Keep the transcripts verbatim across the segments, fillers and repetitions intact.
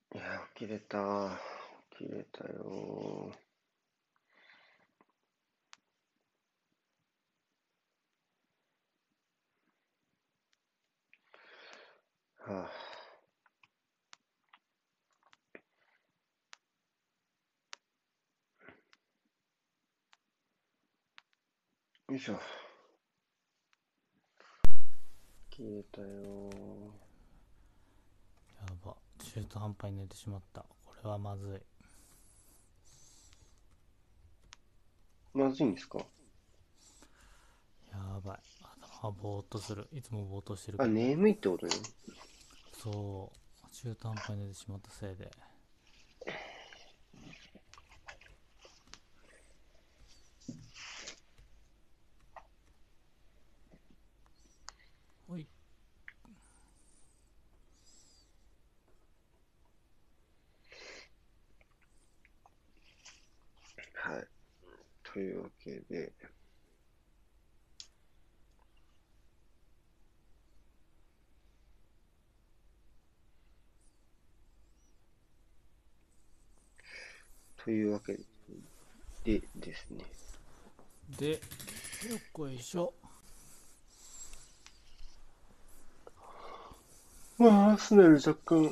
いや、起きれた。起きれたよ。はあ、よいしょ。起きれたよ。 やば、中途半端に寝てしまった。これはまずい。 まずいんですか？ やばい、頭がぼーっとする。いつもぼーっとしてるあ、 けど。 眠いってことね。 そう、中途半端に寝てしまったせいで。おい。 はい。というわけで、というわけでですね。 で、よっこいしょ。 まあ、アーセナル若干、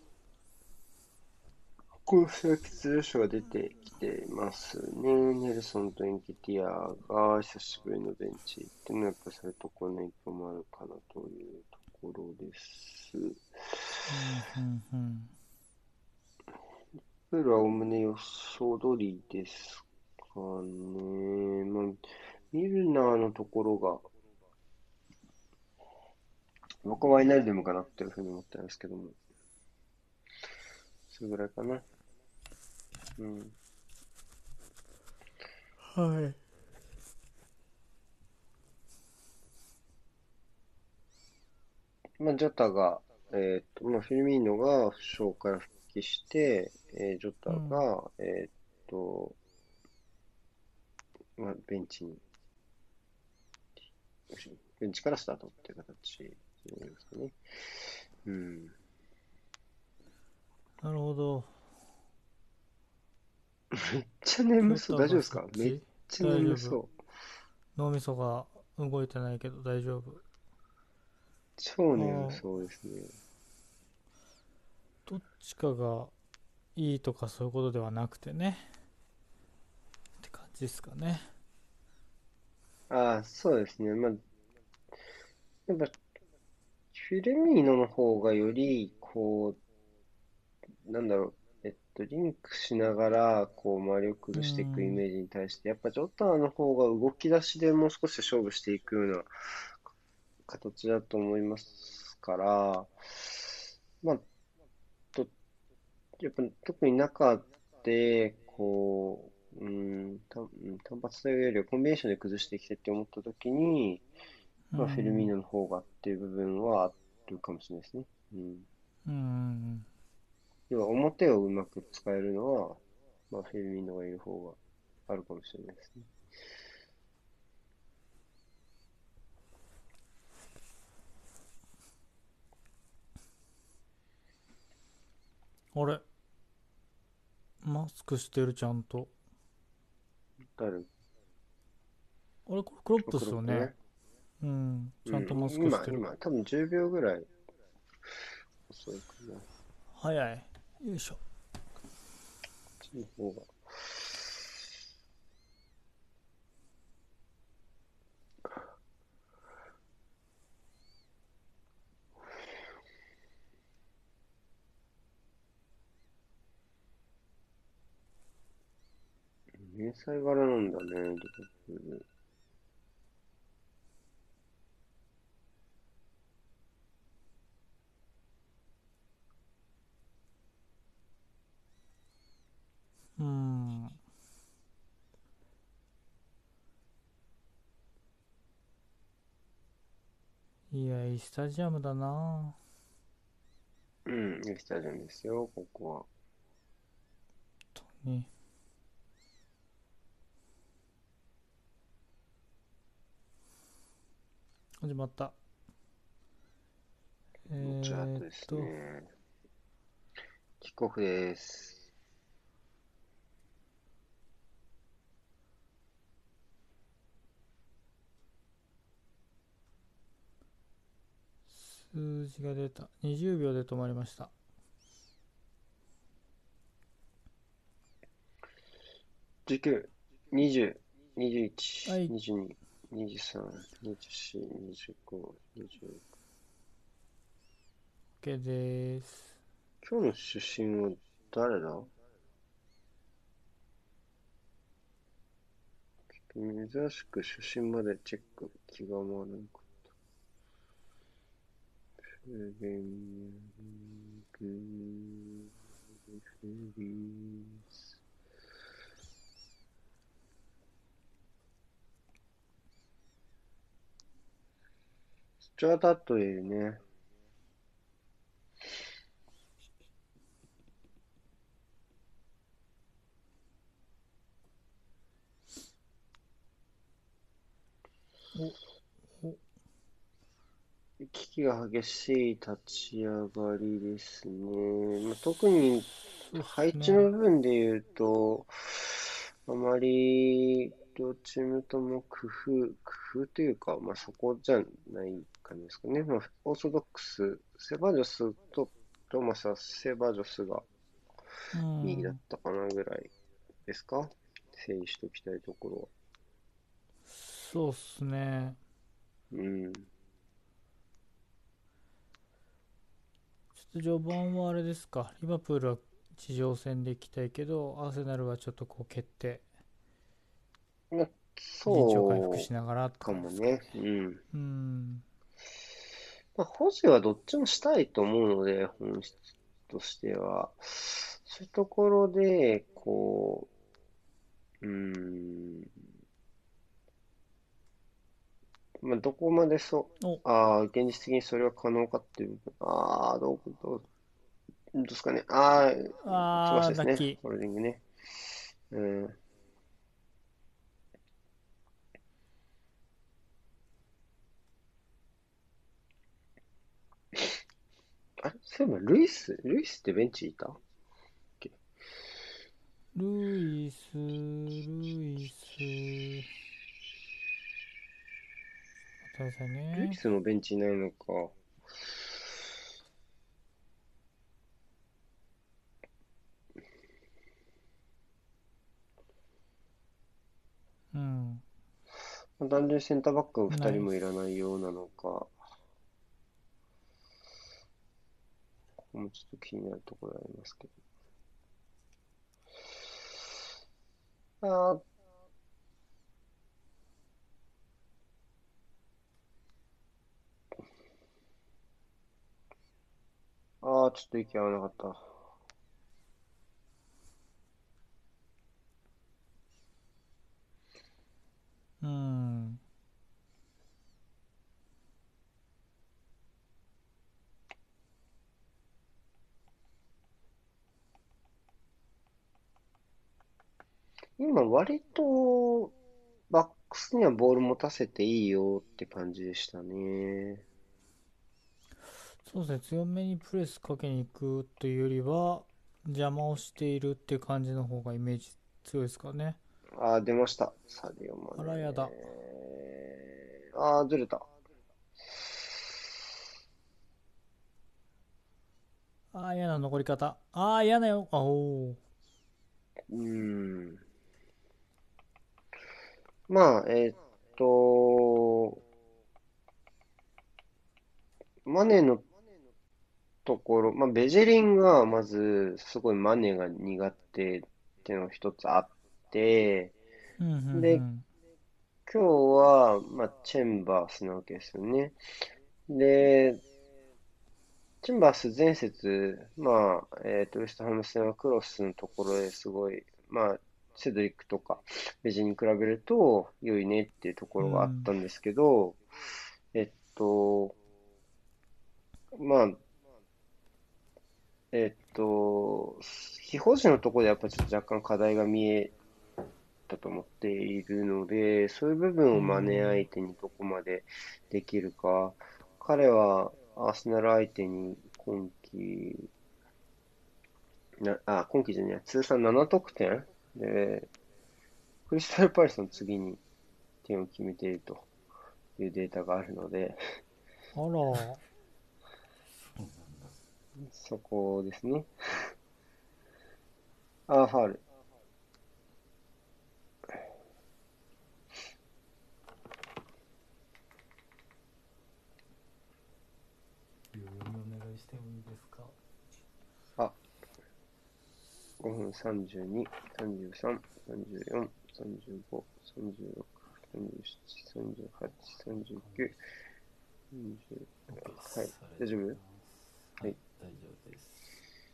公式欠場者が出てきていますね。ネルソンとエンケティアが久しぶりのベンチっていうのはやっぱりそれとこの影響もあるかなというところです。 うんうんうん。 プールはおおむね予想通りですかね。まあ、ミルナーのところが、僕はワイナルデムかなっていうふうに思ったんですけども、それぐらいかな。うん。 はい。 まあ、ジョタが、えっと、まあ、フィルミーノが負傷から復帰して、えージョタうん。 が、えっと、まあ、ベンチに、ベンチからスタートっていう形になりますかね。うん。 なるほど。 めっちゃジョ眠そう。 タがそっ大丈夫ですか？めっち。 ちゃ大丈夫。 眠そう。 脳みそが動いてないけど大丈夫。 超眠ああ、 そうですね。 どっちかがいいとかそういうことではなくてね。って感じですかね。 ああ、そうですね。まあ、やっぱ、フィルミーノの方がより、こう、なんだろう、えっと、リンクしながら、こう、周りをう崩していくイん。 メージに対して、やっぱジョターの方が動き出しでもう少し勝負していくような形だと思いますから、まあ、と、やっぱ特に中で、こう、うん、単うん単発というよりはコンビネーションで崩していきたいって思った時に、 うまあ、フェルミーん。 ノの方がっていう部分はあるかもしれないですね。うん。 うん。 要は表をうまく使えるのは、まあ、フェルミーノがいる方があるかもしれないですね。 あれ、マスクしてるちゃんと。 誰？ あれ、これクロップっクすよね。 ロップね。 うん。 うん。 ちゃんとマスクし今、 てる。 今、多分じゅうびょうぐらい遅いかな。こ早い。よいしょ。 っちの方が。迷彩柄なんだね、リバプール。 うん。いや、いいスタジアムだな。 うん、いいスタジアムですよ、ここは。 に。始まった。 じゃあ、あとえー、っですと、 ね、キッキックオフです。 数字が出た。にじゅうびょうで止まりました。 じゅうきゅう、にじゅう、にじゅういち、 はい、 にじゅうに、にじゅうさん、にじゅうよん、にじゅうご、にじゅう。 OK です。 今日の出身は誰だ？珍しく出身までチェック、気が回らなかった。フレング、フリース。スチュアート・アットウェイね。 お、お、 危機が激しい立ち上がりですね。まあ、特にそうっ配すね。 置の部分で言うと、あまり両チームとも工夫、工夫というか、まあ、そこじゃない感じですかね。まあ、オーソドックス、セバジョスとトーマスはセバジョスがう右だっん。 たかなぐらいですか？整理しておきたいところは。 そうっすね。 うん。 ちょっと序盤はあれですか。リバプールは地上戦で行きたいけど、アーセナルはちょっとこう蹴って、 まあ、 陣地を回復そうしながらってか感じですかね。 もね。うん。 うん。 まあ、保持はどっちもしたいと思うので、本質としては。そういうところで、こう、うーん、まあ、どこまでそう、 お、 ああ、現実的にそれは可能かっていう部分、ああ、どう、どう、どうですかね。ああ、素晴らしいあー、 ですね。 ラッキホールディングね。うん。あれ、そういえば、ルイス、ルイスってベンチいたっけ？ ー。ルイス、ルイス。待ってくださいね。 ルイスもベンチいないのか。 うん。 まあ単純にセンターバックが2 ないっ人もいらないす。 ようなのか。ここもちょっと気になるところありますけど。あーあー、ちょっと息合わなかった。 うん。 今、割と、バックスにはボール持たせていいよって感じでしたね。 そうですね。強めにプレスかけに行くというよりは、邪魔をしているっていう感じの方がイメージ強いですかね。 ああ、出ました。サディオマあらやだ。 ネ。ああ、ずれた。 ああ、嫌な残り方。ああ、嫌なよ。あおー。 うーん。まあ、えーっと、マネのところ、まあ、ベジェリンがまず、すごいマネが苦手っていうのが一つあって、 うん、うん、うで、 ん。 今日は、まあ、チェンバースなわけですよね。で、チェンバース前節、まあ、えっと、ウェストハム戦はクロスのところですごい、まあ、セドリックとかベジに比べると良いねっていうところがあっうん。 たんですけど、えっと、まあ、えっと、非保持のところでやっぱりちょっと若干課題が見えたと思っているので、そういう部分うをマネん。 相手にどこまでできるか。彼はアーセナル相手に今季、 な、あ、今季じゃねえ、通算なな得点で、クリスタルパレスの次に点を決めているというデータがあるので、 あら、 そうなんだ。 そこですね。あ、ファール。 秒読みお願いしてもいいですか？ あ、ごふんさんじゅうに、さんじゅうさん、さんじゅうよん、さんじゅうご、さんじゅうろく、さんじゅうなな、さんじゅうはち、さんじゅうきゅう、さんじゅう、 OK ではい、 す。ありが大丈夫？ とうございます。はい、 はい。 大丈夫です。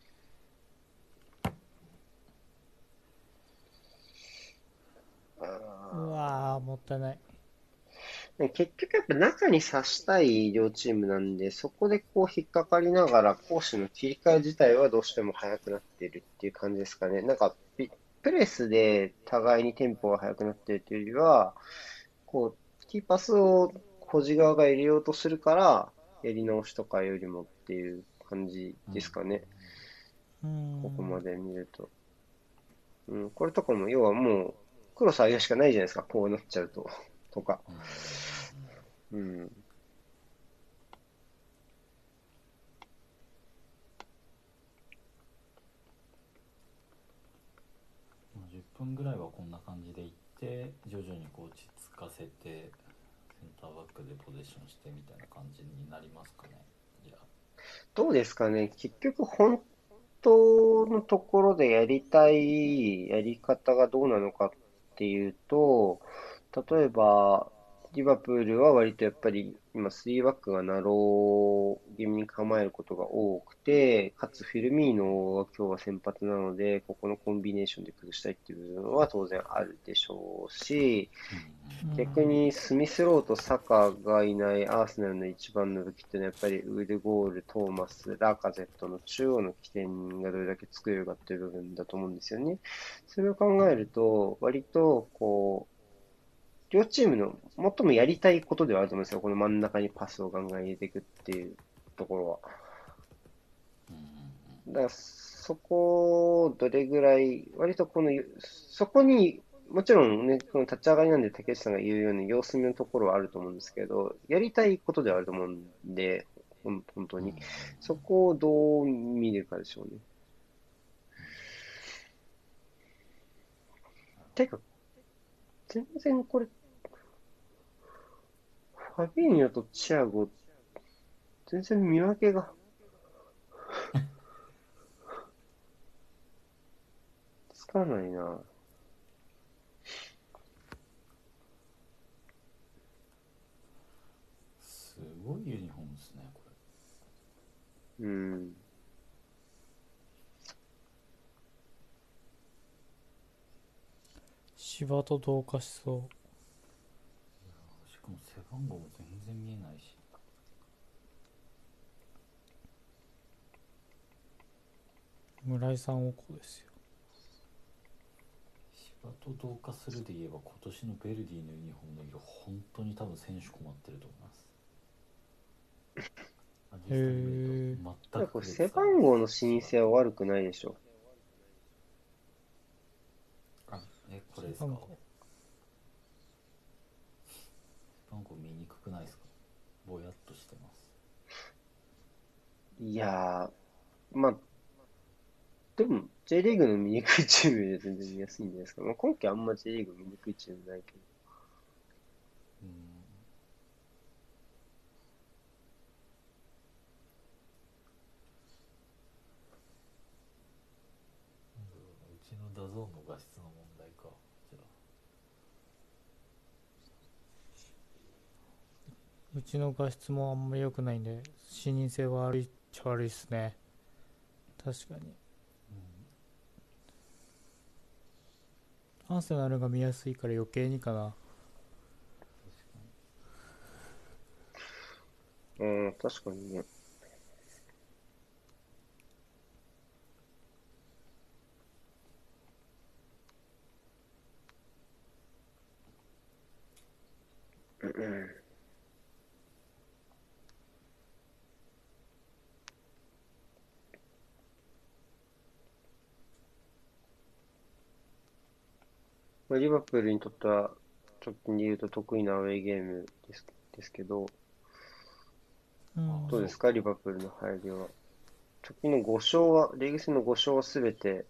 うあわー、もったいない。 ー結局やっぱ中に刺したい両チームなんで、そこでこう引っかかりながら攻守の切り替え自体はどうしても速くなっているっていう感じですかね。なんか、ピプレスで互いにテンポが速くなっているというよりは、こう、キーパスを保持側が入れようとするから、やり直しとかよりもっていう感じうん。 ですかね。 うーん。 ここまで見ると。うん、これとかも、要はもう、クロス上げるしかないじゃないですか、こうなっちゃうと。とか。 うんうんうんうん。 うん。 まあ、じゅっぷんぐらいはこんな感じでいって、徐々にこう落ち着かせて、センターバックでポゼッションしてみたいな感じになりますかね。じゃあ。 どうですかね。結局、本当のところでやりたいやり方がどうなのかっていうと、例えば、リバプールは割とやっぱり今スリーバックがナロー気味に構えることが多くて、かつフィルミーノが今日は先発なので、ここのコンビネーションで崩したいっていう部分は当然あるでしょうし、 うんうんうー逆ん。 にスミスローとサカがいないアーセナルの一番の武器っていうのはやっぱりウルゴール、トーマス、ラカゼットの中央の起点がどれだけ作れるかっていう部分だと思うんですよね。それを考えると、割とこう、両チームの最もやりたいことではあると思うんですよ。この真ん中にパスをガンガン入れていくっていうところは。 うんうんだから、そこをどれぐらい、割とこの、そこに、もちろんね、この立ち上がりなんで竹内さんが言うように様子見のところはあると思うんですけど、やりたいことではあると思うんで、ほん本当うんうんに。そこをどう見るかでしょうね。てか、全然これ、ファビーニョとチアゴ、全然見分けがつかないな。 すごいユニフォームですね、こうん。 芝と同化しそれ。しかも背番号も全然見えないし。 う。村井さんおこですよ。 芝と同化するで言えば今年のベルディのユニフォームの色、本当に多分選手困ってると思います。あ、 へ実際見るとえ。 全く区ただこれ背別つかないです。 番号の申請は悪くないでしょあ、え、これですか？ 背番号。 番号見にくくないですか？ぼやっとしてます。 う。いやー、まあ、でも、J リーグの見にくいチームで全然見やすいんじゃないですか。まあ、今季あんま J リーグ見にくいチームないけど。 うん。うちのダゾーンの画質の問題か。じゃあ。 うちの画質もあんまり良くないんで、視認性は悪いっちゃ悪いっすね。確かに。アーセナルが見やすいから余計にかな。 うん、確かにね。うん。 まあ、リバプールにとっては直近で言うと得意なアウェーゲームです、ですけど、 ああ、 うん。 どうですそうか。 かリバプールの入りは。直近のご勝は、リーグ戦のご勝はすべて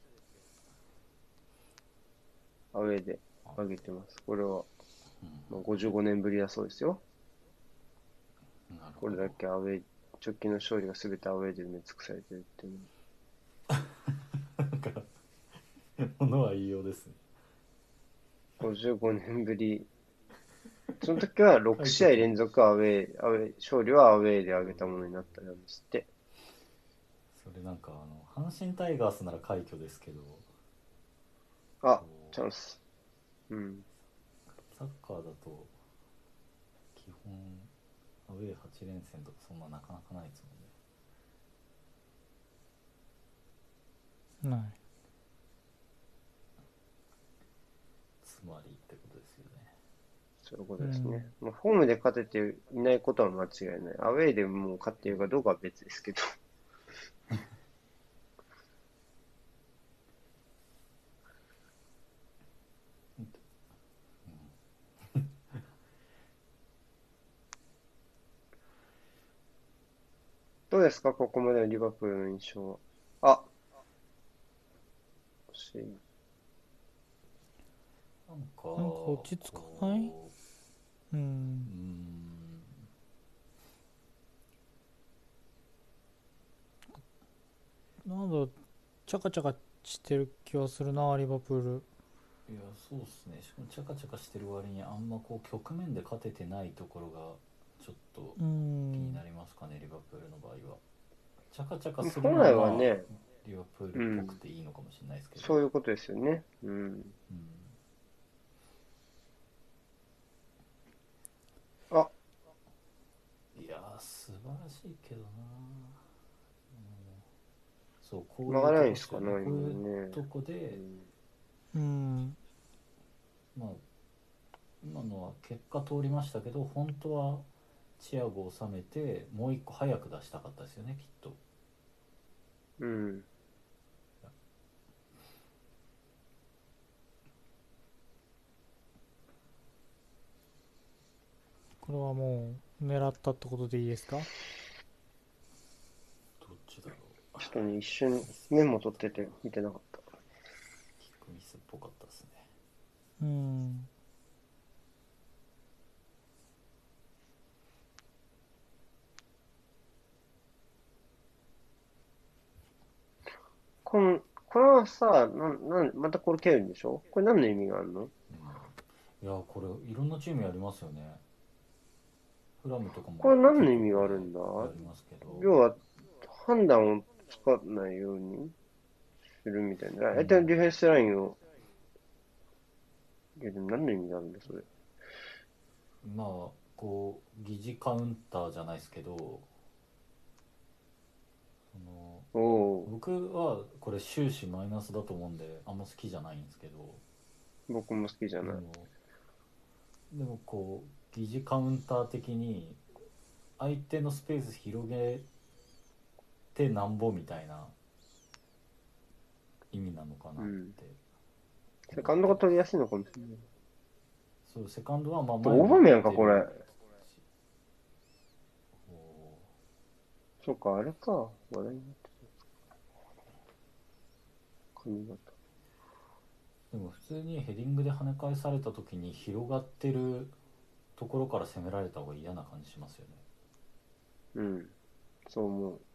アウェーであ上げてます。これは、 うんまあ、ごじゅうごねんぶりだそうですよ。 うん、なるこれだほど。 けアウェー、直近の勝利がすべてアウェーで埋め尽くされてるっていうの。 なんか、ものは言いようですね。 ごじゅうごねんぶり。その時はろく試合快挙と、 連続アウェー、アウェー、勝利はアウェーで上げたものになったようですって。 それなんかあの阪神タイガースなら快挙ですけど、 あ、 こチャンス。うん。 うサッカーだと基本アウェーはち連戦とかそんななかなかないですもんね。 ない。 つまりってことですよね。 そういうことですね。 うん。 まあ、ホームで勝てていないことは間違いない。アウェーでもう勝っているかどうかは別ですけど。どうですかここまでのリバプールの印象は。あ、惜しい。 なんかなんか落ち着かない。 こうう、うーん。 ん、 なんだ、チャカチャカしてる気はするな、リバプール。 いや、そうっすね。しかもチャカチャカしてる割にあんまこう局面で勝ててないところがちょっとうん。 気になりますかね、リバプールの場合は。チャカチャカする本のはまあ来はね、 リバプールっぽくうん、 ていいのかもしれないですけど、 そういうことですよね。うん。 うん、 あ、 いやー素晴らしいけどな。そう、こういう曲がらとないですかね、 こっすよね。こういう今ね。 とこで、 うん。 うん。 まあ今のは結果通りましたけど、本当はチアゴを収めてもう一個早く出したかったですよね、きっと。 うん。 これはもう狙ったってことでいいですか？ どっちだろう。 ちょっとね、一瞬ミス、 メモ取ってて見てなかった。 キックミスっぽかったですね。 うん。 この、これはさ、なん、なん、またこれ蹴るんでしょこれ何の意味があるの？ いやー、これいろんなチームやりますよね。フラムとかもこれ何の結意味構これがあるんだ？ やりますけど、 要は、判断をつかないようにするみたいな。相手のうん、 ディフェンスラインを、いや、でも何の意味があるんだ、それ。 まあこう疑似カウンターじゃないですけど、そのおお、 僕はこれ終始マイナスだと思うんであんま好きじゃないんですけど、 僕も好きじゃない。 でもでもこう疑似カウンター的に相手のスペース広げてなんぼみたいな意味なのかなっうん。 てセ思ってます。 カンドが取りやすいのかもしれない。 そうセカンドはまあと、 前も行っオーバメヤンか、 てるこれ。 し、こそうか、あれか。話題になってた。髪型。 うでも普通にヘディングで跳ね返された時に広がってるところから攻められた方が嫌な感じしますよね。 うん。そう思う。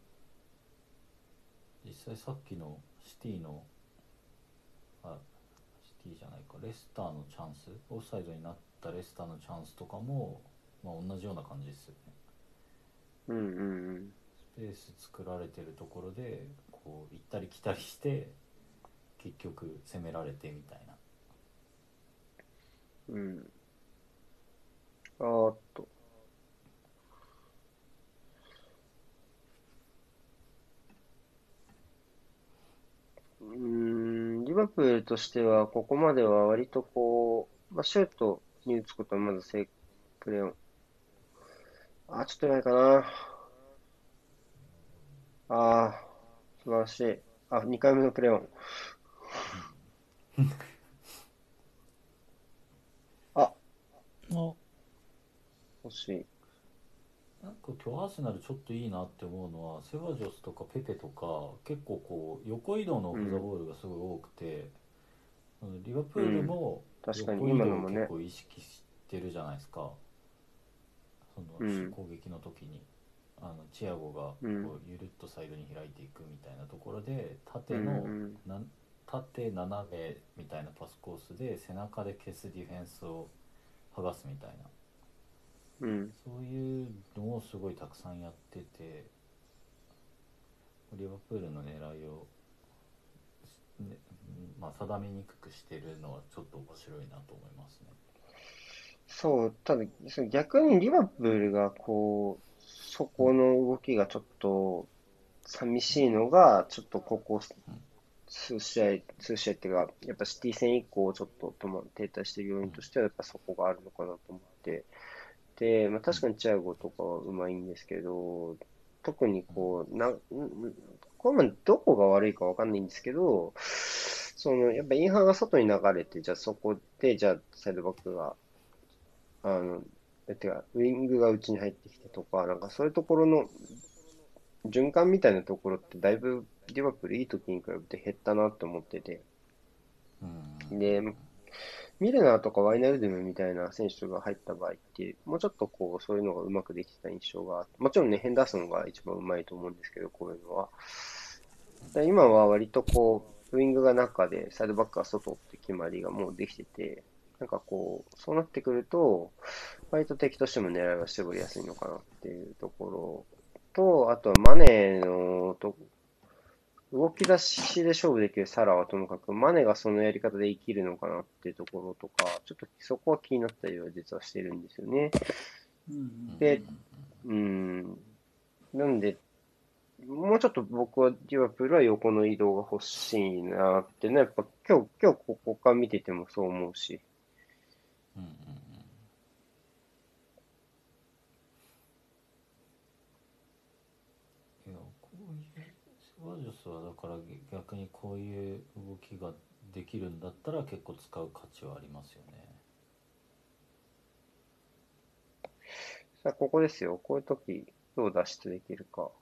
実際さっきのシティのあシティじゃないかレスターのチャンス、オフサイドになったレスターのチャンスとかも、まあ、同じような感じですよね。 うんうんスペース作られてるところでこう行ったり来たりして結局攻められてみたいな。 うん。うん。あーっと。うーん、リバプールとしては、ここまでは割とこう、まあ、シュートに打つことはまずセープレーン。あー、ちょっとないかな。ああ、素晴らしい。あ、にかいめのプレーオン。 欲しい。 なんか今日アーセナルちょっといいなって思うのはセバジョスとかペペとか結構こう横移動のオフザうん、 ボールがすごい多くて、あのリバプールうん。 も確かに、 横移動を今のもね。 結構意識してるじゃないですか。そのうん、 攻撃の時にあのチアゴがうん、 こうゆるっとサイドに開いていくみたいなところでうん、う縦のん、 な縦斜めみたいなパスコースで背中で消すディフェンスを剥がすみたいな、 うん。 そういうのをすごいたくさんやってて、リバプールの狙いを、ね、まあ、定めにくくしてるのはちょっと面白いなと思いますね。 そう、ただ、その逆にリバプールがこう、そこの動きがちょっと寂しいのが、ちょっとここ数試合、数試合っていうか、やっぱシティ戦以降ちょっと止ま停滞している要因としては、やっぱそこがあるのかなと思って。で、まあ確かにチアゴとかはうまいんですけど、特にこう、な、んんこれもどこが悪いかわかんないんですけど、その、やっぱインハーが外に流れて、じゃあそこで、じゃあサイドバックが、あの、えてか、ウイングが内に入ってきてとか、なんかそういうところの循環みたいなところってだいぶリバプールいい時に比べて減ったなって思ってて。 うんうんで、ミルナーとかワイナルドゥムみたいな選手が入った場合って、もうちょっとこう、そういうのがうまくできてた印象があって、もちろんね、ヘンダーソンが一番うまいと思うんですけど、こういうのは。で今は割とこう、ウイングが中で、サイドバックが外って決まりがもうできてて、なんかこう、そうなってくると、割と敵としても狙いは絞りやすいのかなっていうところと、あとはマネーのと動き出しで勝負できるサラはともかく、マネがそのやり方で生きるのかなっていうところとか、ちょっとそこは気になったりは実はしてるんですよね。 うんうんうんうんで、うん、なんで、もうちょっと僕はリバプールは横の移動が欲しいなってね、やっぱ今日、今日ここから見ててもそう思うし。 うんうんうん。いや、こういうセバジョスはだから逆にこういう動きができるんだったら結構使う価値はありますよね。 さあ、ここですよ。こういう時、どう脱出できるか。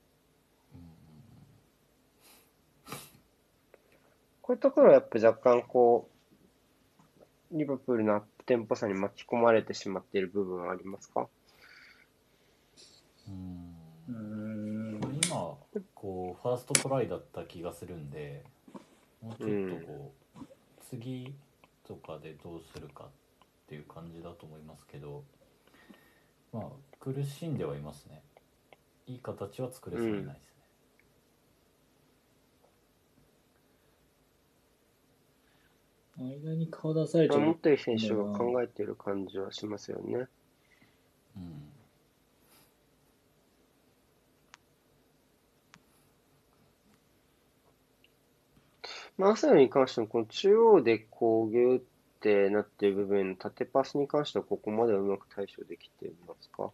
こういうところはやっぱ若干こう、リバプールのアップテンポさに巻き込まれてしまっている部分はありますか？ ううーん、 ん。 これ今こうファーストトライだった気がするんで、もうちょっとうん。 こう次とかでどうするかっていう感じだと思いますけど、まあ苦しんではいますね。いい形は作れうん。 そうにないですね。 間に顔出されちゃう持っている選手がんだよな。 考えている感じはしますよね。 うん。 まあ、アーセナルに関しても、この中央でこうギューってなっている部分の縦パスに関しては、ここまではうまく対処できていますか？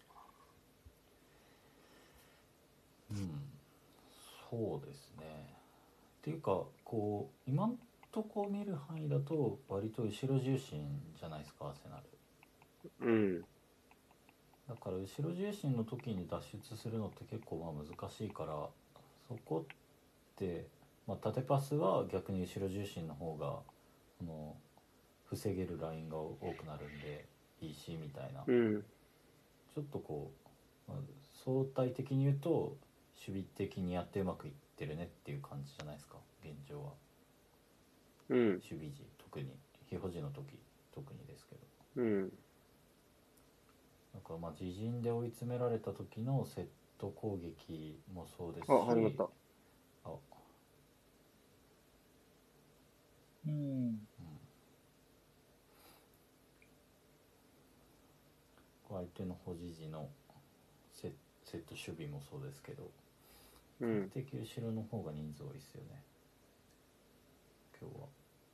うん、そうですね。っていうかこう今んとこ見る範囲だと割と後ろ重心じゃないですか、アーセナル。 うん。 だから後ろ重心の時に脱出するのって結構まあ難しいから、そこって、まあ、縦パスは逆に後ろ重心の方があの防げるラインが多くなるんでいいしみたいな、 うん。 ちょっとこう、まあ、相対的に言うと守備的にやってうまくいってるねっていう感じじゃないですか、現状は。 うん。 守備時、特に非保持の時特にですけど、 うん。 だからまあ自陣で追い詰められた時のセット攻撃もそうですあ、始まっし、 た。 あ、 うん。 相手の保持時のセセット守備もそうですけど、 うん。 比較的後ろの方が人数多いですよね、今日は。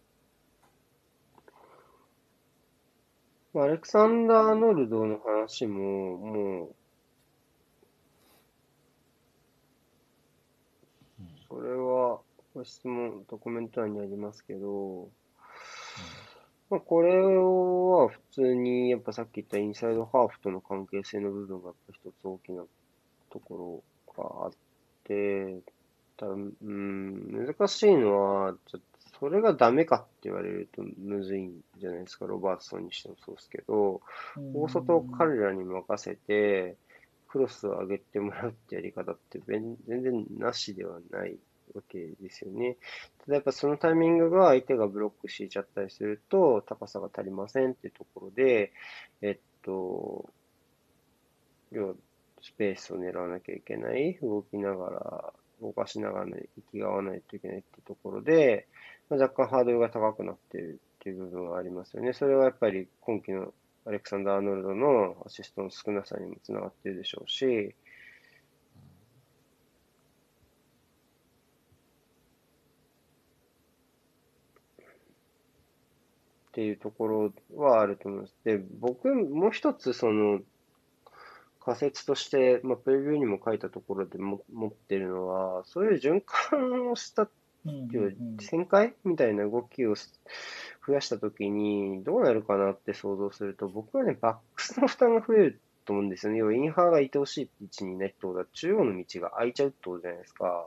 まあアレクサンダー・アーノルドの話も、もう、それは、ご質問とコメント欄にありますけど、 うんまあ、これは普通に、やっぱさっき言ったインサイドハーフとの関係性の部分がやっぱ一つ大きなところがあって、ただ、うん、難しいのは、ちょっとそれがダメかって言われるとむずいんじゃないですか。ロバートソンにしてもそうですけど、 う大外をん。 彼らに任せて、クロスを上げてもらうってやり方って全全然なしではないわけですよね。ただやっぱそのタイミングが相手がブロック敷いちゃったりすると、高さが足りませんっていうところで、えっと、要はスペースを狙わなきゃいけない、動きながら、動かしながら、ね、息が合わないといけないっていうところで、まあ、若干ハードルが高くなっているっていう部分はありますよね。それはやっぱり今季のアレクサンダー・アーノルドのアシストの少なさにもつながっているでしょうし、っていうところはあると思います。で、僕、もう一つ、その、仮説として、まあ、プレビューにも書いたところでも持ってるのは、そういう循環をしたうんう要はん旋回みたいな動きを増やしたときに、どうなるかなって想像すると、僕はね、バックスの負担が増えると思うんですよね。要は、インハーがいてほしい位置にいないってことは、中央の道が空いちゃうってことじゃないですか。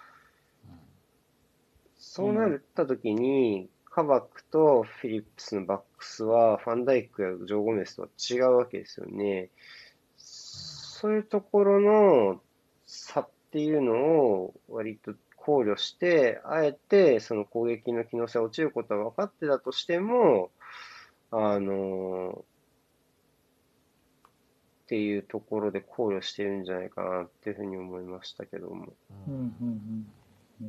そうなうん。 ったときに、カバックとフィリップスのバックスは、ファンダイクやジョー・ゴメスとは違うわけですよね。そういうところの差っていうのを割と考慮して、あえてその攻撃の機能性が落ちることは分かってたとしても、あの、っていうところで考慮してるんじゃないかなっていうふうに思いましたけども。 うんうんうんうん。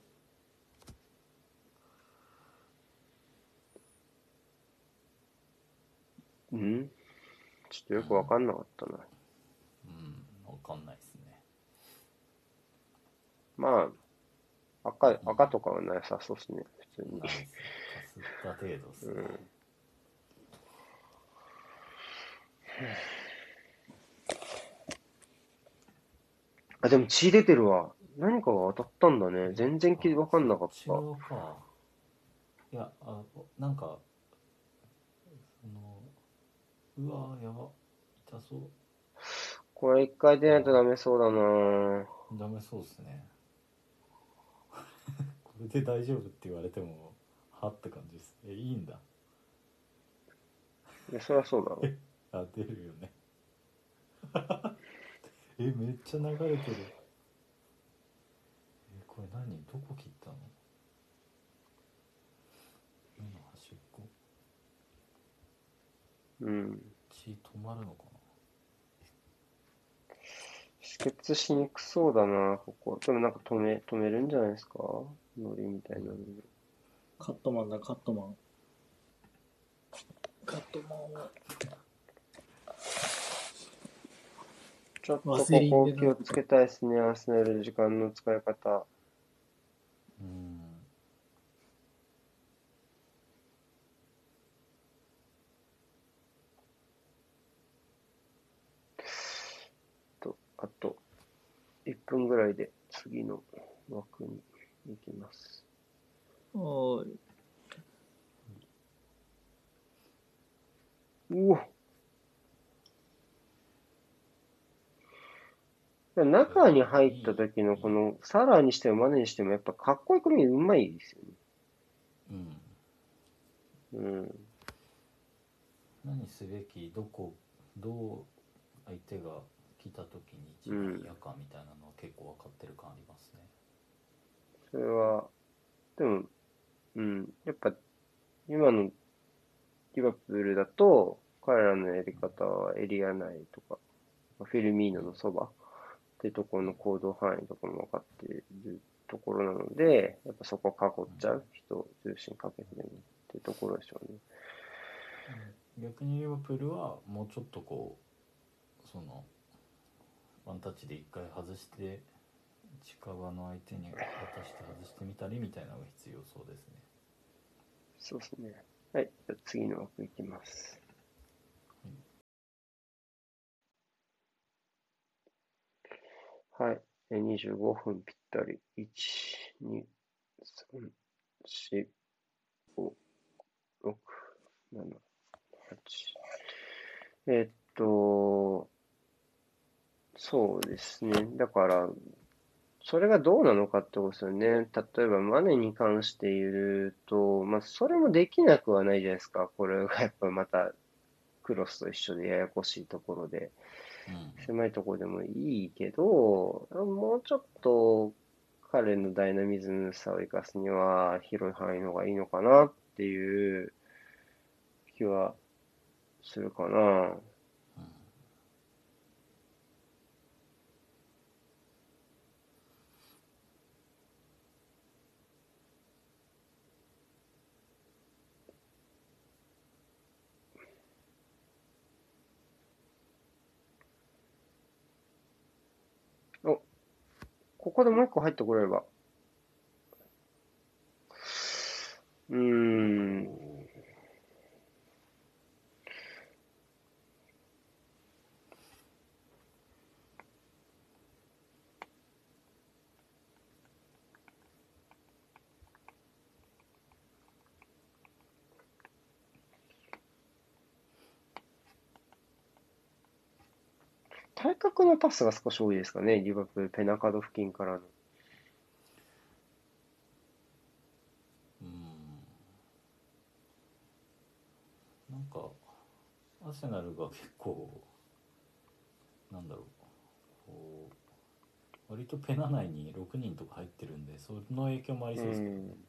うんちょっとよく分かんなかったな。 うん、わかんないですね。 まあ、赤、赤とかはなさそうですね、普通に。 ないですね。かすった程度ですね。 うん。あ、でも血出てるわ。何かが当たったんだね。全然気あ、 分かんそっなかった。 ち側か。いや、あ、なんか、その、うわやば、痛そう。 これ一回出ないとダあ、 メそうだな。 ダメそうですね。これで大丈夫って言われても、はって感じです。え、いいんだ。 いや、そりゃそうだろあ、出るよね。え、めっちゃ流れてる。え、これ何どこ切ったの？目の端っこ。 う。うん。 血止まるのか止血しにくそうだな、ここ。でもなんか止め、止めるんじゃないですか、ノリみたいなので。 カットマンだ、カットマン。カットマンをちょっとワセこリンでなんこ気をつけたいですね、アーセナル時間の使い方。 な。うん。 と、あといっぷんぐらいで次の枠に行きます。 おーい。 うお中に入ったいい、 時のいい。 このサラーにしてもマネにしてもやっぱかっこいい組うまいですよね。 うん。 うん。 何すべき、どこ、どう相手が来た時に一番うん。 嫌かみたいなのは結構分かってる感ありますね。 それは、でも、うん。やっぱ今のリバプールだと、彼らのやり方はエリア内とか、フィルミーノのそばっていうところの行動範囲とかも分かっているところなので、やっぱそこを囲っちゃう、人を重心かけてでもっていうところでしょうね。 逆にリバプールはもうちょっとこう、そのワンタッチで一回外して近場の相手に渡して外してみたりみたいなのが必要そうですね。 そうですね。はい。じゃあ次の枠いきます。はい。えにじゅうごふんぴったり。いち、に、さん、よん、ご、ろく、 なな、はち。えっと、そうですね。だから、それがどうなのかってことですよね。例えば、マネに関して言うと、まあ、それもできなくはないじゃないですか。これがやっぱまた、クロスと一緒でややこしいところで、 うんうん狭いところでもいいけど、もうちょっと彼のダイナミズムさを生かすには広い範囲の方がいいのかなっていう気はするかな。お、ここでもう一個入ってこれれば。うーん。対角のパスが少し多いですかね。リバプール、ペナカド付近からの。 うんなんかアーセナルが結構なんだろうこう割とペナ内にろくにんとか入ってるんでその影響もありうそうですけどね。 ん。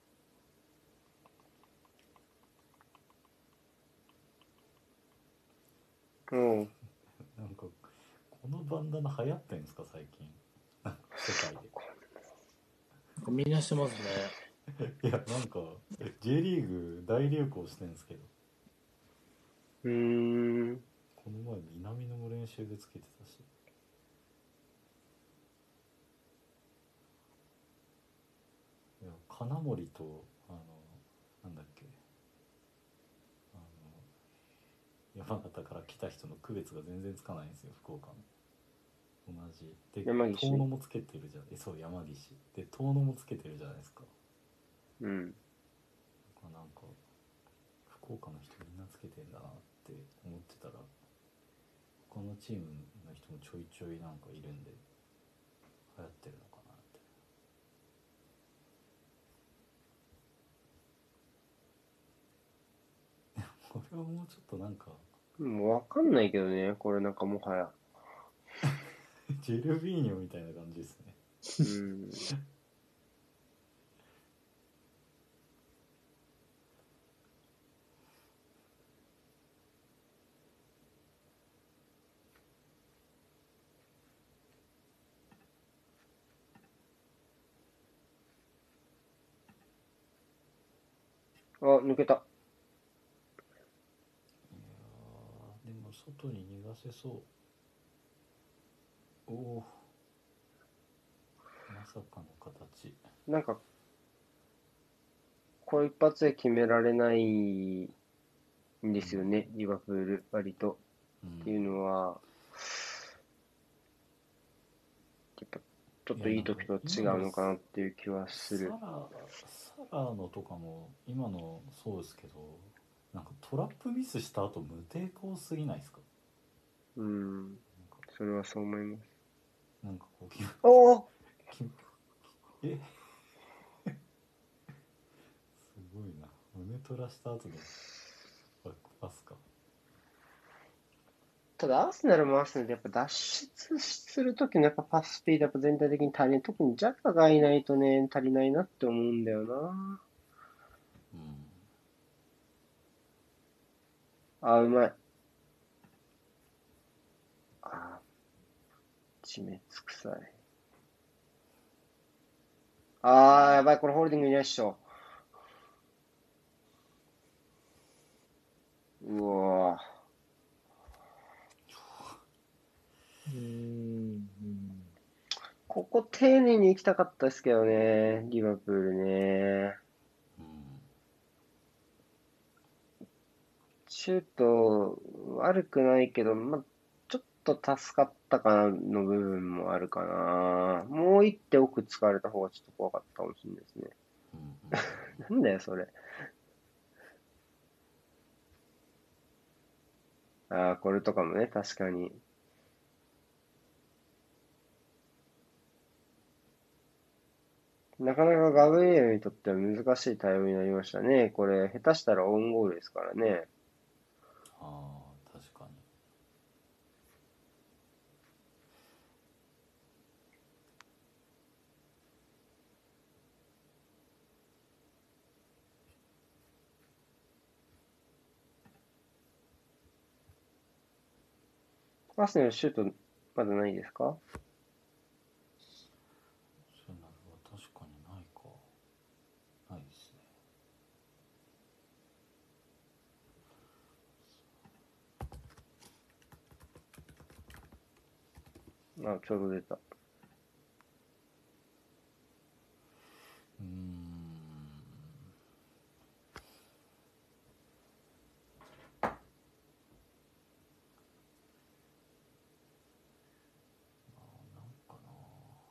うん。 なんかこのバンダナ流行ってんですか最近なんか世界で。 みんなしてますね。 いやなんか J リーグ大流行してんですけどうーん。 この前南野も練習でつけてたし。いや金森とあのなんだっけあの山形から来た人の区別が全然つかないんですよ福岡の。同じで山岸。 遠野もつけてるじゃん。えそう山岸で遠野もつけてるじゃないですか。 うん。 なんか福岡の人みんなつけてんだなって思ってたら他のチームの人もちょいちょいなんかいるんで流行ってるのかなって。これはもうちょっとなんかもうわかんないけどね。これなんかもはや。 ジェルビーニョみたいな感じですね。 うん。あ、抜けた。 いやーでも外に逃がせそう。おおまさかの形。 なんか、こう一発で決められないんですよね。リバプール、割と。 うんっていうのは、やっぱ、ちょっといいいやなんか時と違今のうのかなっていう気はする。 サラサラのとかも今のそうですけどなんかトラップミスした後無抵抗すぎないですか。 うん。それはそう思います。 なんかこうきおおきえすごいな胸取らした後のバックパスか。 ただ、アーセナルもアーセナルで、やっぱ脱出するときのやっぱパススピードやっぱ全体的に足りない。特にジャカがいないとね、足りないなって思うんだよな。 うんあ、うまい。あ、地滅臭い。あー、やばい、これホールディングいないっしょ。うわぁ。 うーん。 ここ丁寧に行きたかったですけどね、リバプールね。 うんシュート悪くないけど、まあ、ちょっと助かったかなの部分もあるかな。もう一手奥使われた方がちょっと怖かったかもしれないですね。 うんうんなんだよ、それ。 ああ、これとかもね、確かに。なかなかガブリエルにとっては難しい対応になりましたね。これ、下手したらオウンゴールですからね。 ああ、確かに。 アーセナルシュート、まだないですか？ セナルは確かにないか。ないですね。 あ、ちょうど出た。 うーん。なんかな。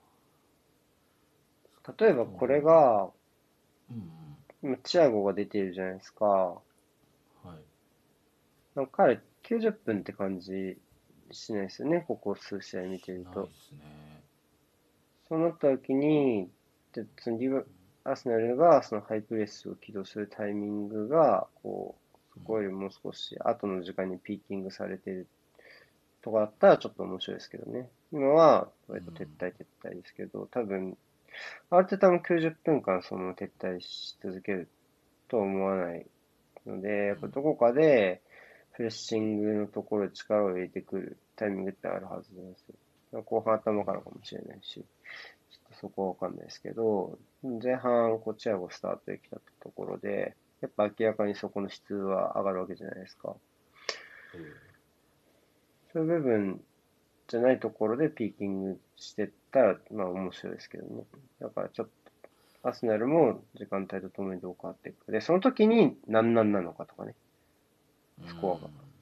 少なくとも例えばこれが、 うんうん。 今チアゴが出てるじゃないですか。 はい。 なんか彼きゅうじゅっぷんって感じしないですよね。ここ数試合見てしると。 ないっすね。 そうなった時に、で、そのリバアーセナルがそのハイプレスを起動するタイミングが、こう、そこよりもう少し後の時間にピーキングされてるとかだったらちょっと面白いですけどね。今は割と撤うん。 退撤退ですけど、多分、ある程度多分きゅうじゅっぷんかんその撤退し続けるとは思わないので、やっぱどこかでプレッシングのところで力を入れてくるタイミングってあるはずなんですよ。後半頭からかもしれないし、ちょっとそこはわかんないですけど、前半こうチアゴスタートできたところで、やっぱ明らかにそこの質は上がるわけじゃないですか。 ええ。 そういう部分じゃないところでピーキングしてったら、まあ面白いですけどね。だからちょっと、アスナルも時間帯とともにどう変わっていくか。で、その時に何なんなのかとかね、 うースコアが。 ん。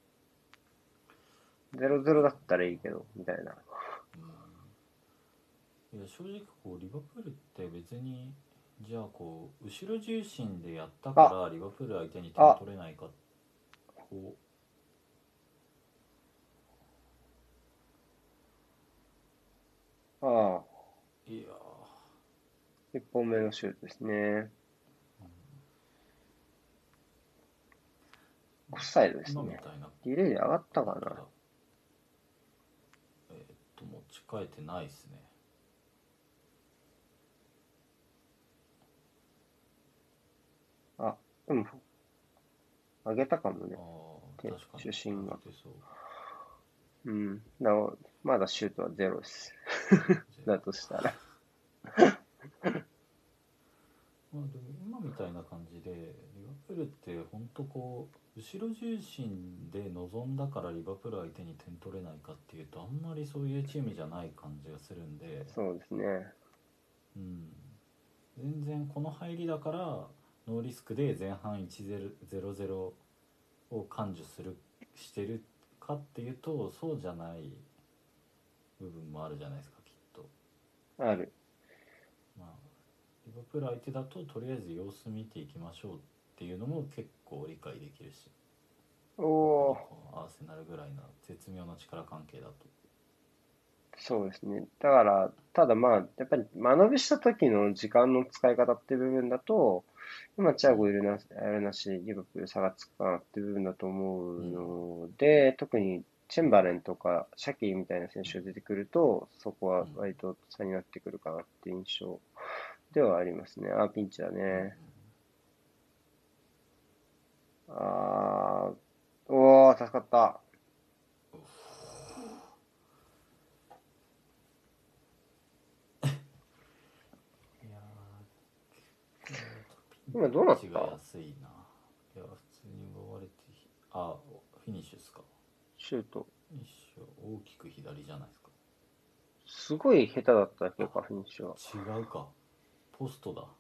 ゼロゼロだったらいいけど、みたいな。 うん。いや、正直こうリバプールって別に、じゃあこう後ろ重心でやったかあ、 らリバプール相手に点あ、 取れないか、こああ、 う、いや一本目のシュートですね。オフサイドでー、 すね。 今みたいな、 ディレイで上がったかな。 本当だ。えーっと持ち替えてないですね。 あ、でも、上げたかもね。 ああ、 手、 確かに主審が。 上げてそう。 うん。だまだシュートはゼロです。 ゼロだとしたら。 まあでも今みたいな感じでリバプールって本当こう後ろ重心で臨んだからリバプール相手に点取れないかっていうとあんまりそういうチームじゃない感じがするんで、 そうですね。 うん、全然この入りだからノーリスクで前半いちゼロゼロゼロを感受するしてるかっていうとそうじゃない部分もあるじゃないですかきっと。 ある。 まあリバプール相手だととりあえず様子見ていきましょうっていうのも結構理解できるし、特おー。 にこのアーセナルぐらいの絶妙な力関係だと。 そうですね。だから、ただまあ、やっぱり間延びした時の時間の使い方っていう部分だと、今、チアゴいるな、あれなし、リバプール差がつくかなっていう部分だと思ううんうんので、特にチェンバレンとかシャキーみたいな選手が出てくると、そこはうん割と差になってくるかなっていう印象ではありますね。あ、ピンチだうんうん。 ね。あー、おー、助かった。 いやー、こうピン今どうなっチがた？ 安いな。いや普通に奪われて、あ、フィニッシュですか？ シュート。 フィニッシュ大きく左じゃないですか？ すごい下手だっただけあ、 か、フィニッシュは。 違うか、ポストだ。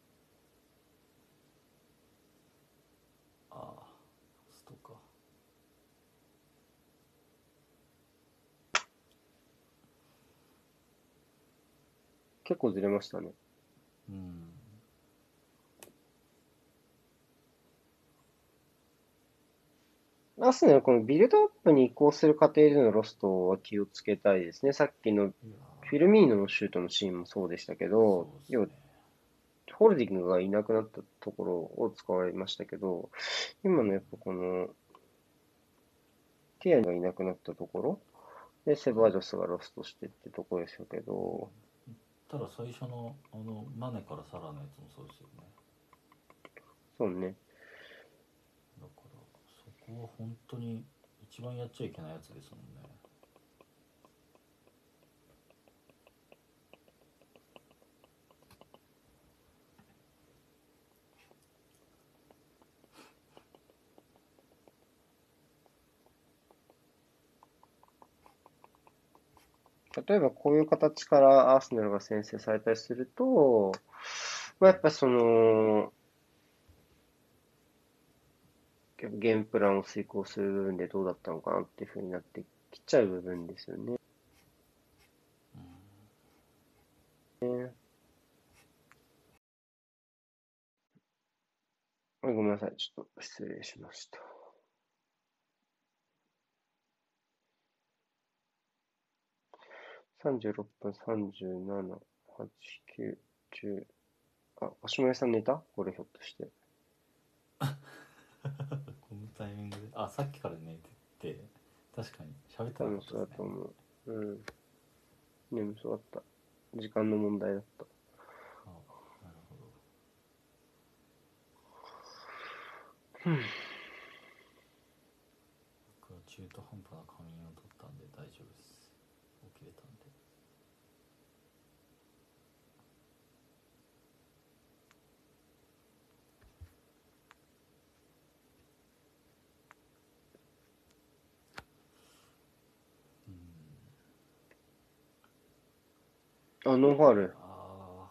あ、ポストか。 結構ずれましたね。 うん。 あアスナルこのビルドアップに移行する過程でのロストは気をつけたいですね。さっきのいやフィルミーノのシュートのシーンもそうでしたけーど、要はそうですね。 ホールディングがいなくなったところを使われましたけど、今のやっぱこのティアニがいなくなったところでセバージョスがロストしてってところでしたけど、 ただ最初のあのマネからサラのやつもそうですよね。 そうね。 だからそこは本当に一番やっちゃいけないやつですもんね。 例えばこういう形からアーセナルが先制されたりすると、まあ、やっぱその、ゲームプランを遂行する部分でどうだったのかなっていうふうになってきちゃう部分ですよね。ごめんなさい。ちょっと失礼しました。さんじゅうろっぷん、さんじゅうなな、はち、きゅう、じゅう。あ、橋本さん寝たこれひょっとして。 このタイミングで、あ、さっきから寝てて、確かに喋って多分そうなかったですね。 だと思う。うん。眠そうだった。時間の問題だった。 あ、なるほど。僕は中途半端な仮眠を取ったんで大丈夫です。起きれたんで。 あ、ノーファール。 あ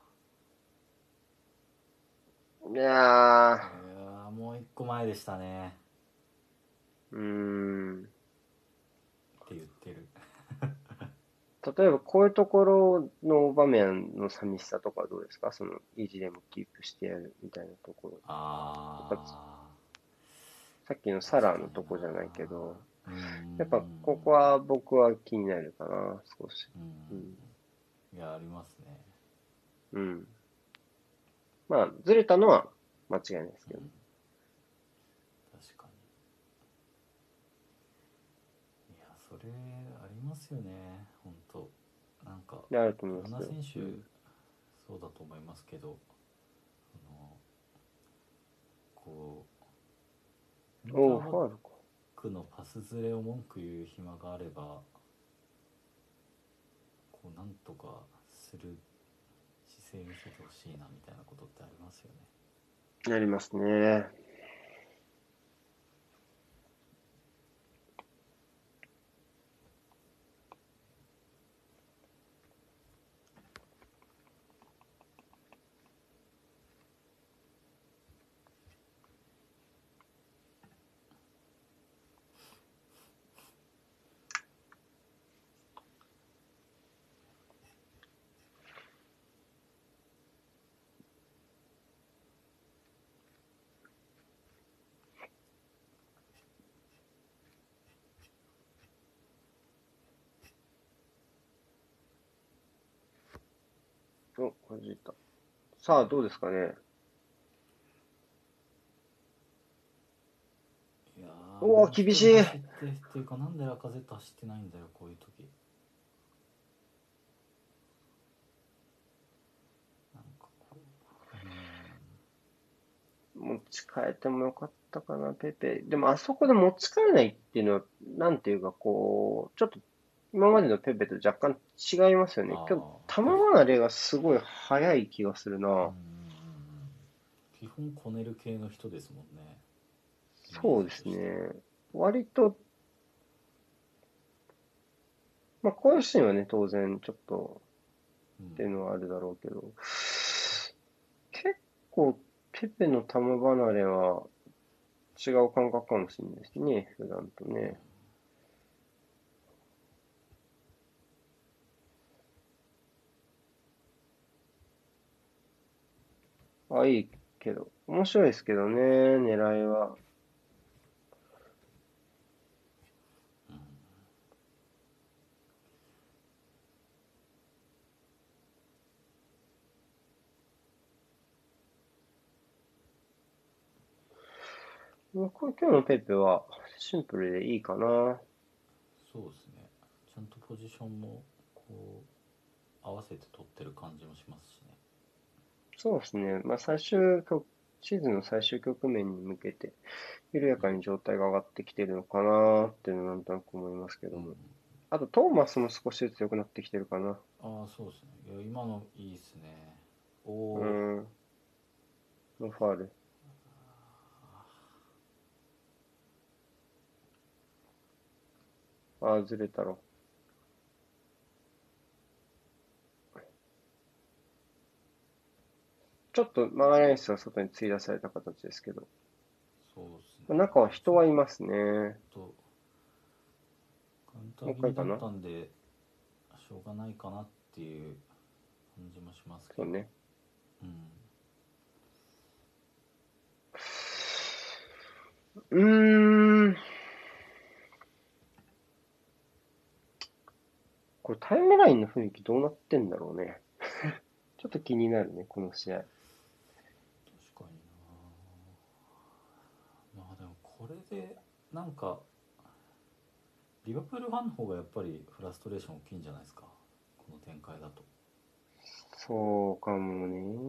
いやあ、いやーもう一個前でしたねー、うーん。 って言ってる。 例えばこういうところの場面の寂しさとかはどうですか？その意地でもキープしてやるみたいなところ。やっぱあさっきのあ、 サラー確かにな。 のとこじゃないけど、 うーん、 やっぱここは僕は気になるかな、少し。 ううん。 ん、いや、ありますね。 うん。まあ、ずれたのは間違いないですけどね。 うん、確かに。いや、それありますよね、本当。なんかで、あるとい思いますよ。 ろんな選手うん。 そうだと思いますけど、あのこうセンタおお、 ーバッファールか。 クのパスずれを文句言う暇があれば、こうなんとかする姿勢見せてほしいなみたいなことってありますよね。 やりますね。お、はじいた。さあ、どうですかね。 いやー、 おお、 もう一厳しい。 人走ってっていうか、なんでラカゼット走ってないんだよこういう時。なんかこう、う持ち帰ってもよかったかな、ペペ。でも、あそこで持ち帰れないっていうのは、なんていうか、こう、ちょっと、今までのペペと若干違いますよーん、 ね。今日、 ああ、 球確かに。 離れがすごい速い気がするうんうんな。 うん、基本こねる系の人ですもんね、イメーそうですジとしては。 ね。割と、まあ、こういうシーンはね、当然、ちょっと、 うん、 っていうのはあるだろうけど、結構、ペペの球離れは違う感覚かもしれないですね、普段とね。あ、いいけど、面白いですけどね、狙いは。 これ今日のペペはシンプルでいいかな。 そうですね。ちゃんとポジションもこう合わせて取ってる感じもしますしね。 そうですね。まあ最終局、シーズンの最終局面に向けて、緩やうん。 かに状態が上がってきてるのかなっていうのはなんとなく思いますけどうん。 も。あと、トーマスも少しずつ良くなってきてるかな。 ああ、そうですね。いや、今のいいですね。おうお。 ん。のファール。ああ、ずれたろ。ちょっとマガライスは外に突き出された形ですけど。 そうですね。 中は人ちょっはいますね。 とカウンタもうー気味だっ一回かな。 たんで、しょうがないかなっていう感じもしますけど。 そうね。 うん。 うーん。これタイムラインの雰囲気どうなってんだろうね。ちょっと気になるね、この試合。 確かにな。まあでもこれでなんかリバプールファンの方がやっぱりフラストレーション大きいんじゃないですか、この展開だと。 そうかも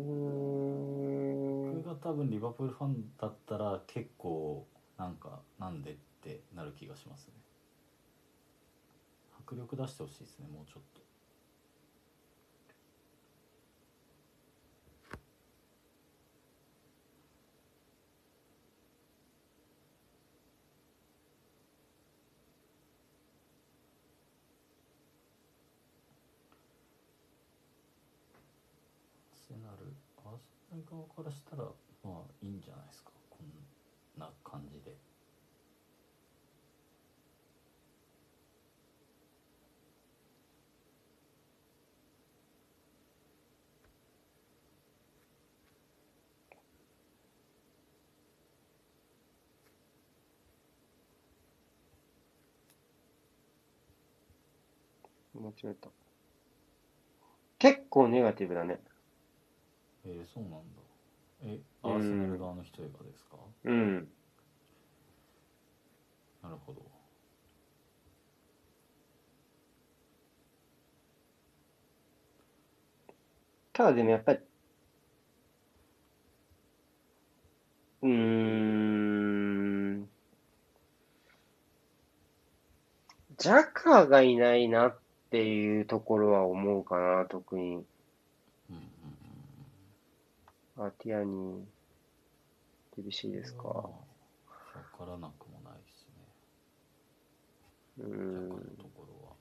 ね。 僕が多分リバプールファンだったら結構なんかなんでってなる気がしますね。迫力出してほしいですね、もうちょっと。アーセナルアーセナル側からしたらまあいいんじゃないですか、こんな感じで。 間違えた。結構ネガティブだね。 えー、そうなんだ。え、アうーセナルん。 側の人がですか？ うん。 なるほど。 ただでもやっぱり、うーん。ジャカがいないなっていうところは思うかな、特に。 うんうんうん。 アティアニ、厳しいそれですか。 はまあ分からなくもないですね、 うージャカのん。 ところは。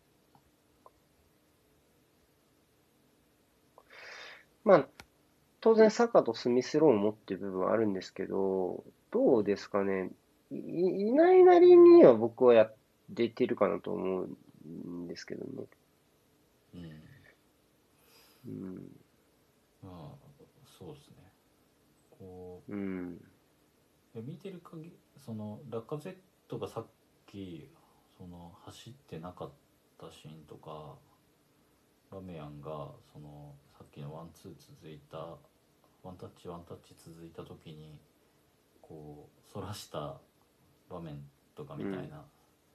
まあ、当然サカとスミスローもっていう部分はあるんですけど、どうですかね。い、いないなりには僕はやっててるかなと思うんですけどね。 うん。 うん。 まあそうですね。こうん。 う見てる限り、そのラカゼットがさっきその走ってなかったシーンとか、ラメヤンがそのさっきのワンツー続いたワンタッチワンタッチ続いた時にこうそらした場面とかみうん。 たいな、あ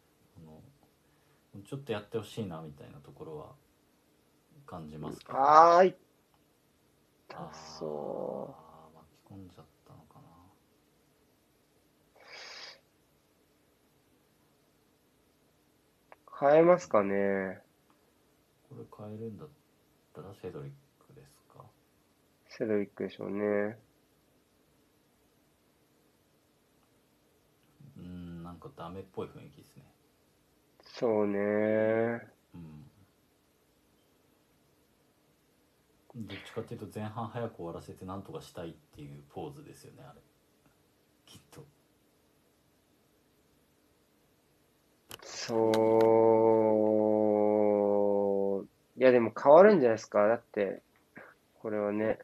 のちょっとやってほしいなみたいなところは感じますけど。 ああ、痛そあー、巻き込んじゃったのかな。 う。変えますかね。 これ変えるんだったらセドリックですか？ セドリックでしょうね。 うーん、なんかダメっぽい雰囲気ですね。 そうね。 うん、どっちかっていうと前半早く終わらせてなんとかしたいっていうポーズですよね、あれきっと。 そう。いや、でも変わるんじゃないですか。だって、これはね。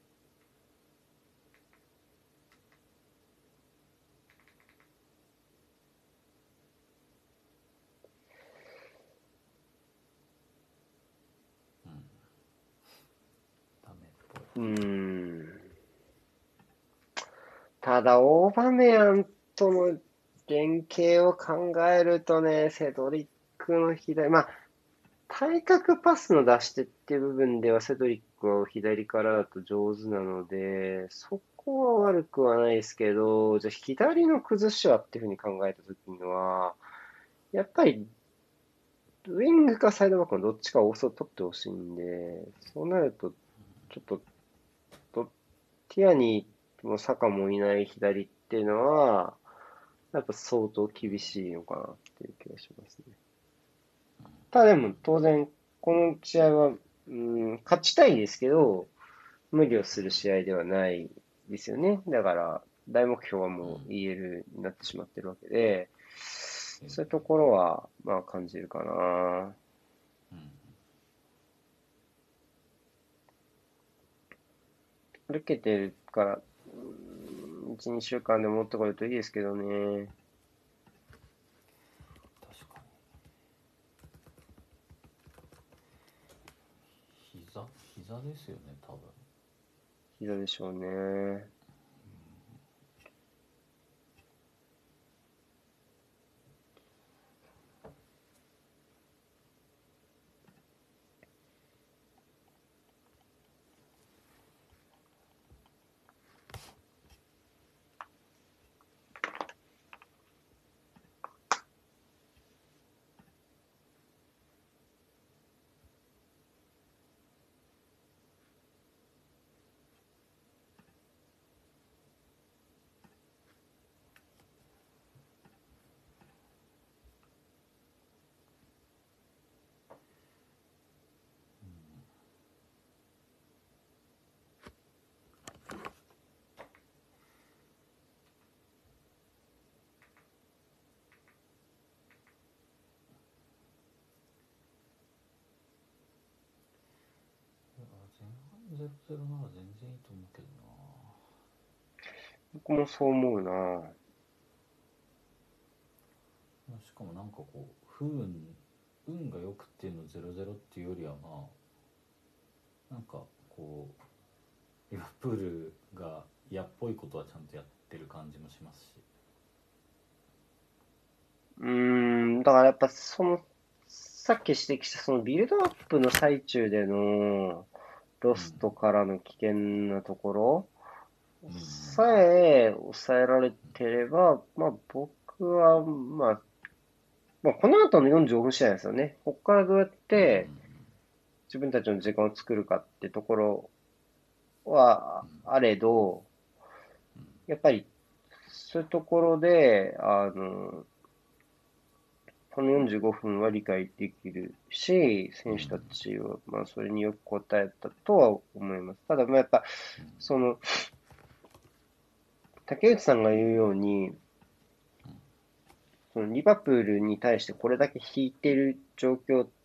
うん、ダメっぽい。 うーん。ただ、オーバメヤンとの連携を考えるとね、セドリックの左、まあ、対角パスの出し手っていう部分では、セドリックは左からだと上手なので、そこは悪くはないですけど、じゃあ左の崩しはっていうふうに考えたときには、やっぱりウィングかサイドバックのどっちかを取ってほしいんで、そうなると、ちょっと、どティアニーもサカもいない左っていうのは、やっぱ相当厳しいのかなっていう気がしますね。ただでも当然、この試合は、うん、勝ちたいですけど、無理をする試合ではないですよね。だから、大目標はもううん、 イーエル になってしまってるわけで、 えそういうところは、まあ感じるかな。 うん、 歩けてるから、いち、にしゅうかんで持ってこれるといいですけどね。 確かに膝膝ですよね多分。 膝でしょうね。 いや前半ゼロゼロなら全然いいと思うけど僕もそう思うな。 な。しかもなんかこう不運運が良くっていうのゼロゼロっていうよりはまあなんかこうリバプールが嫌っぽいことはちゃんとやってる感じもしますし。 うーん、だからやっぱその、さっき指摘したそのビルドアップの最中でのロうんストからの危険なところうんうんさえ抑えられてれば、まあ僕は、まあ、まあこの後のよんじゅうごふん試合ですよね。ここからどうやっうんうんて自分たちの時間を作るかってところはあれど、やっぱりそういうところで、あの、このよんじゅうごふんは理解できるし、選手たちは、まあ、それによく応えたとは思います。ただ、まあ、やっぱ、その、竹内さんが言うように、そのリバプールに対してこれだけ引いてる状況って、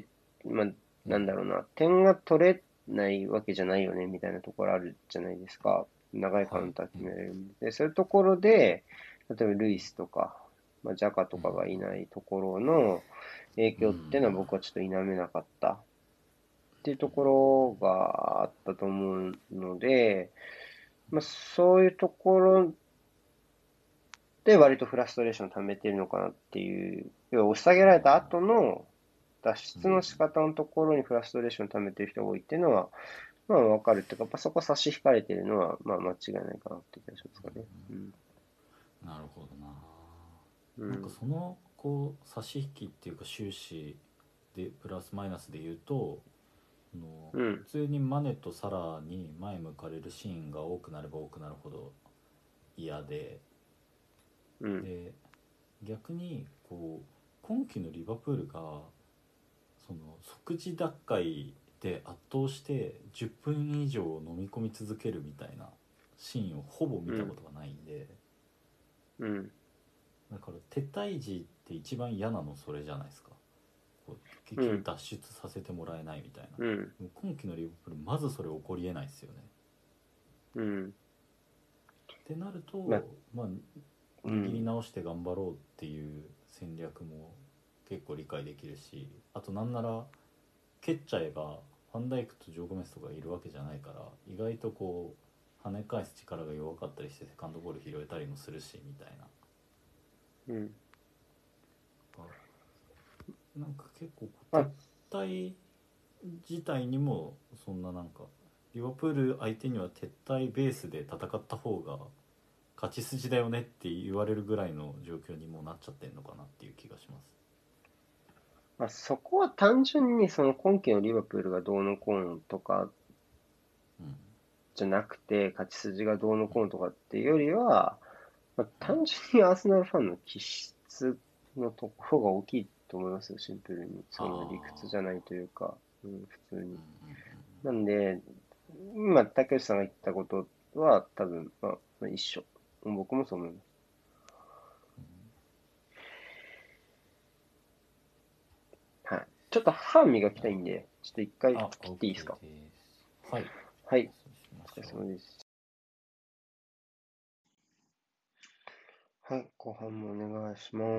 まあ、なんだろうな、点が取れないわけじゃないよね、みたいなところあるじゃないですか。長いカはい。 ウンター決めうんられるんで。でそういうところで、例えばルイスとか、まあ、ジャカとかがいないところの影うんう響っていうのは僕はちょっと否めなかったっていうところがあったと思うので、まあ、そういうところで割とフラストレーションを溜めてるのかなっていう、要は押し下げられた後の脱出の仕方のところにフラストレーションを溜めてる人が多いっていうのは、まあわかるっていうか、やっぱそこ差し引かれてるのは、まあ間違いないかなって気がしますかね。うん。 なるほどな。なんかうん。 そのこう差し引きっていうか収支でプラスマイナスで言うと、あのうん。 普通にマネとサラに前向かれるシーンが多くなれば多くなるほど嫌で、 うん。 で逆にこう今季のリバプールがその即時奪回で圧倒してじゅっぷん以上飲み込み続けるみたいなシーンをほぼ見うん。 たことがないんで、 うん。 だから撤退時って一番嫌なのそれじゃないですか。こう結うん。 局脱出させてもらえないみたいな。 うん。 でも今季のリバプールまずそれ起こりえないですよね。 うん。 ってなるまあ、 とまあ握りうん。 直して頑張ろうっていう戦略も結構理解できるし、あとなんなら蹴っちゃえばファンダイクとジョー・ゴメスとかいるわけじゃないから、意外とこう跳ね返す力が弱かったりしてセカンドボール拾えたりもするしみたいな。 うん。 なんか結構あ、 撤退自体にもそんななんかリバプール相手には撤退ベースで戦った方が勝ち筋だよねって言われるぐらいの状況にもうなっちゃってんのかなっていう気がします。 まあ、そこは単純にその今季のリバプールがどうのこうのとかうんじゃなくて、勝ち筋がどうのこうのとかっていうよりは、まあ、 うん単純にアーセナルファンの気質のところが大きいと思いますよ、シンプルに。その理屈じゃあないというか、うん、普通ーうんに。 うんなんで、今、竹内さんが言ったことは多分、まあ、まあ一緒。僕もそう思います。はい。ちょっと歯磨きなるほたいんで、ちょっと一回ど。あ、 切っていいです OK か？ です。はい、 はい。 そうしまお疲しょう。 れ様です。はい。後半もお願いします。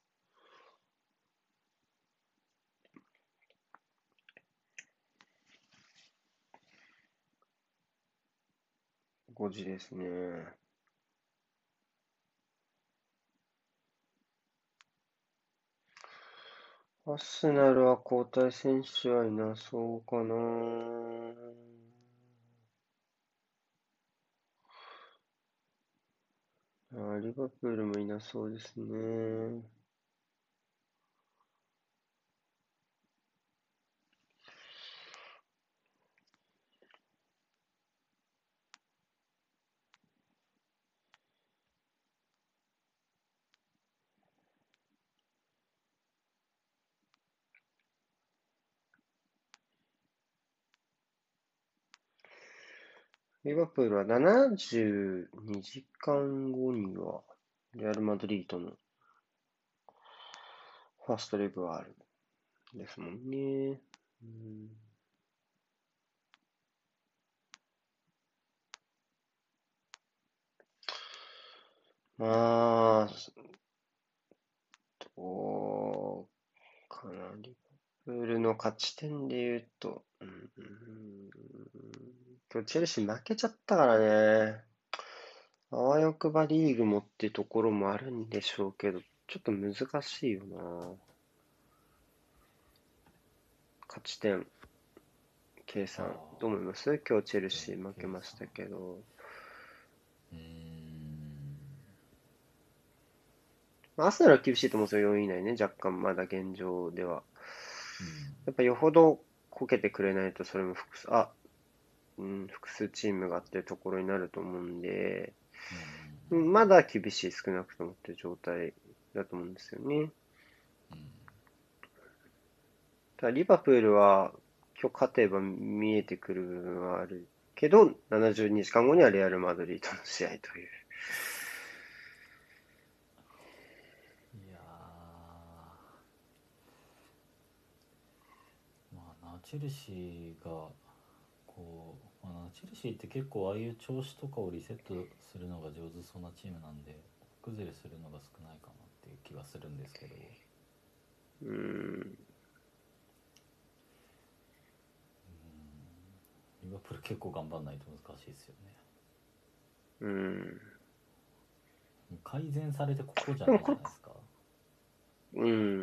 ごじですね。アスナルは交代選手はいなそうかな。あ、リバプールもいなそうですね。リバプールはななじゅうにじかんごには、レアル・マドリードのファーストレグがあるですもんね。うん、まあ、どうかな。リバプールの勝ち点で言うと、うん、今日チェルシー負けちゃったからね。あわよくばリーグもっていうところもあるんでしょうけど、ちょっと難しいよな。勝ち点計ああ、 算。どう思います？今日チェル点シー負計けました算。 けど。 うーん。 まあアスナルは厳しいと思うんですよ、よんい以内ね。若干まだ現状では。 うん。 やっぱよほどこけてくれないと、それも複数、あ、うん、複数チームがあっていうところになると思うんで、 うんうんうんまだ厳しい、少なくともっていう状態だと思うんですよね。 うんうん。 ただリバプールは今日勝てば見えてくる部分はあるけど、ななじゅうにじかんごにはレアル・マドリードの試合という。 いやー、まあな、チェルシーがこう、まあな、チェルシーって結構ああいう調子とかをリセットするのが上手そうなチームなんで、崩れするのが少ないかなっていう気がするんですけど、 うーん。 リバプール結構頑張んないと難しいですよね。 うーん。 もう改善されてここじゃないじゃでもこないですか。 れ、うん。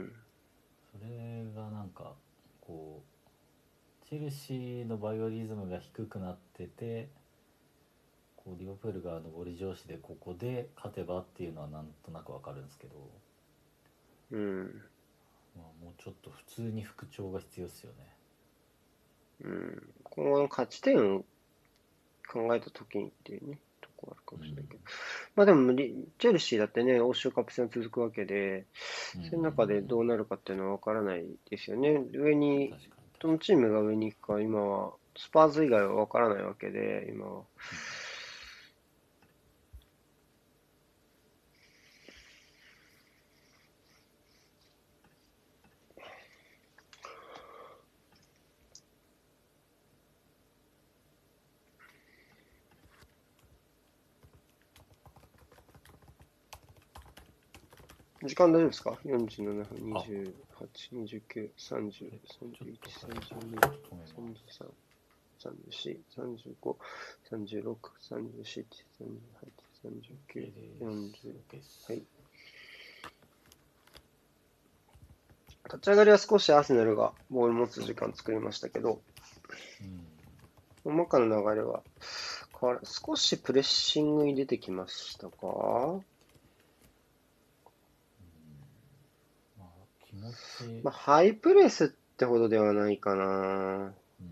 それがなんかこうチェルシーのバイオリズムが低くなってて、こうリバプールが上り調子でここで勝てばっていうのはなんとなくわかるんですけど、 うん。 まあ、もうちょっと普通に復調が必要ですよね。 うん。この勝ち点を考えたときにっていうね、とこあるかうんもしれないけど。まあでもリ、チェルシーだってね、欧州カップ戦続くわけで、 うんうんうん。 その中でどうなるかっていうのはわからないですよね。上に、 確かにどの確かチームが上に行くか、今は、スパーズ以外はわからないわけで、今は。 に。 時間大丈夫ですか？ よんじゅうなな 分、 あ、 にじゅうはち、にじゅうきゅう、さんじゅう、 えちょっさんじゅういち、 とはい、ちょさんじゅうに、 っと止めます。 さんじゅうさん、さんじゅうよん、さんじゅうご、さんじゅうろく、さんじゅうなな、さんじゅうはち、 さんじゅうきゅう、 OK ですよんじゅう。 OK ですはい。立ち上がりは少しアーセナルがボール持つ時間作りましたけど、 うん大まかな流れは変わら少しプレッシングに出てきましたか？ まあ気持ち、 まあ、ハイプレスってほどではないかな。 うん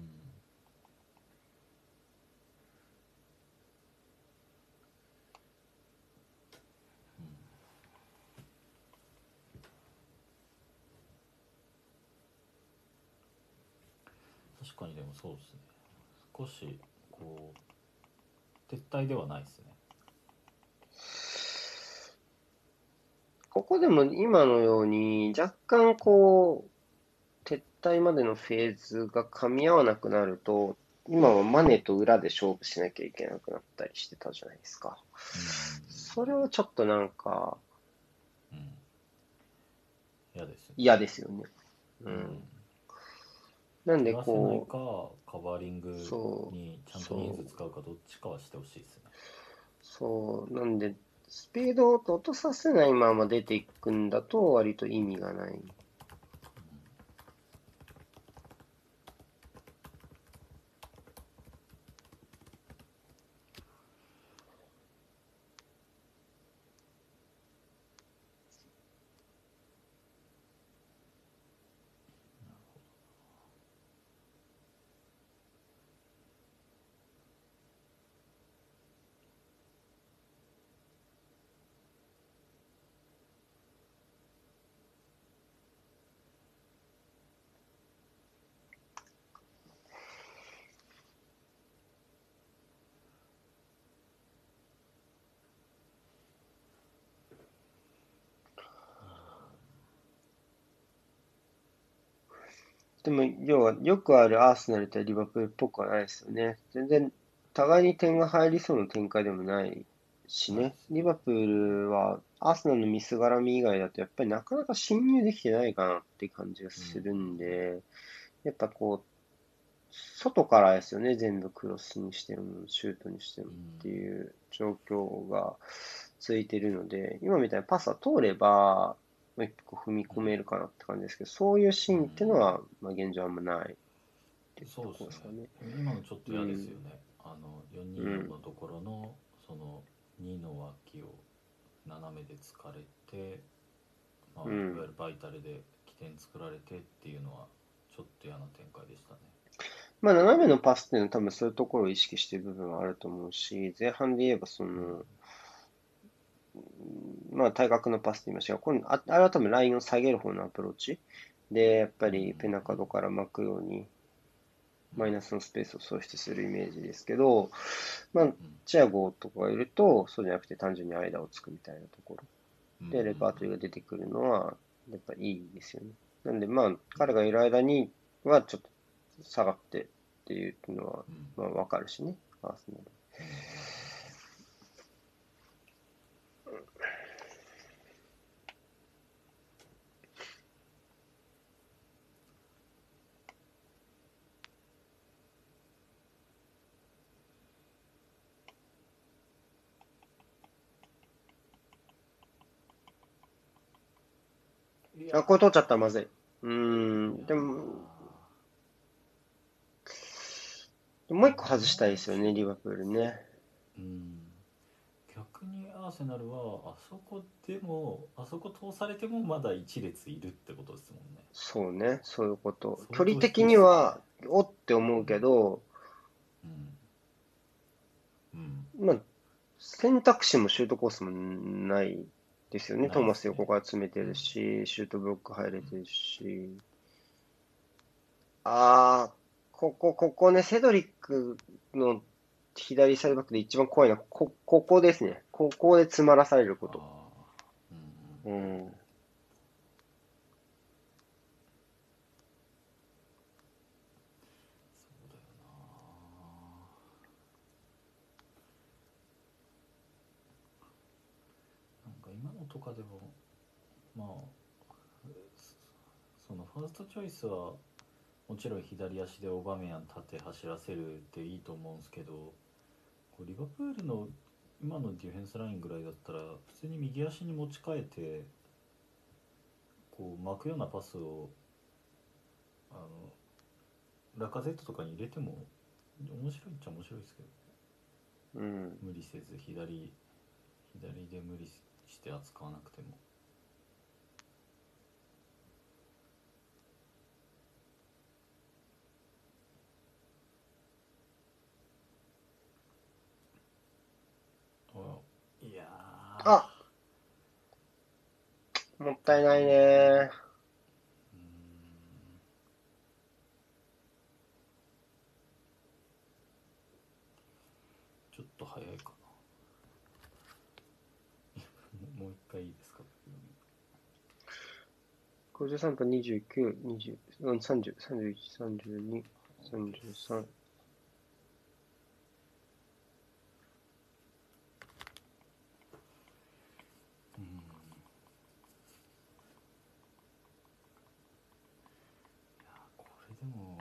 確かにでもそうですね。少しこう撤退ではないですね。 ここでも今のように若干こう、撤退までのフェーズが噛み合わなくなると、今はマネと裏で勝負しなきゃいけなくなったりしてたじゃないですか。 うんそれはちょっとなんかうん嫌ですよね。 嫌ですよね。ううんん。なんで取らせないこかカバーリンう、 グそう、 にちゃんと人そう、 数使うかどっちかはしてほしいですね。 そう、なんで、スピードを落とさせないまま出ていくんだと割と意味がない。でも、要は、よくあるアーセナル対リバプールっぽくはないですよね。全然、互いに点が入りそうな展開でもないしね。 ないですね。 リバプールは、アーセナルのミス絡み以外だと、やっぱりなかなか侵入できてないかなって感じがするんで、やっぱこう、外からですよね、全部クロスにしても、シュートにしてもっていう状況が続いているので、今みたいなパスは通れば、もう一個踏み込めるかなって感じですけど、そういうシーンっていうのは、まあ、現状あんまないっていうとそうですね。 ころですかね。 今のちょっとうん、 嫌ですよね。あのうよにーよんん、 のところのそのにの脇を斜めで突かれて、まあ、 うん。 いわゆるバイタルで起点作られてっていうのはちょっと嫌な展開でしたね。 まあ、斜めのパスっていうのは多分そういうところを意識している部分はあると思うし、前半で言えばその、まあ、対角のパスと言いましたが、これああれは多分ラインを下げる方のアプローチで、やっぱうんうんりペナカドから巻くように、 うんマイナスのスペースを創出するイメージですけど、まあ、 うんチアゴとかがいると、そうじゃなくて単純に間をつくみたいなところうんうんで、レパートリーが出てくるのは、やっぱいいですよね。なんで、まあ、彼がいる間にはちょっと下がってっていうのは、 うんまあ、わかるしね、アーセナル。 うんうんうんいやあ、これ取っちゃったらまずい。うーーいやん、でも、 ーもう一個外したいですよね、 もうちょっリバプールね。 うん逆にアーセナルはあそこでもあそこ通されてもまだ一列いるってことですもんね。 そうね、そういうこと。距相当低離的いっすよね。 には、おって思うけど、 うんうんまあ、選択肢もシュートコースもないですよね。トーマスないですね。 横から詰めてうんるし、シュートブロック入れてるし。ああ、ここ、ここね、セドリックの左サイドバックで一番怖いのは、こ、ここですね。ここで詰まらされること。 ああうんうんうん。 そうだよな。なんか今のとかでもまあそのファーストチョイスはもちろん左足でオーバメヤン縦走らせるっていいと思うんですけど、こうリバプールの今のディフェンスラインぐらいだったら普通に右足に持ち替えてこう巻くようなパスをあのラカゼットとかに入れても面白いっちゃ面白いですけど、 うん。 無理せず左左で無理して扱わなくても。あいやあ、もったいないね。 ーうーんちょっと早いかな。もう一回いいですか。 ごじゅうさんぷんにじゅうきゅう、にじゅう、うんさんじゅう、さんじゅういち、さんじゅうに、さんじゅうさん。 うんこれでも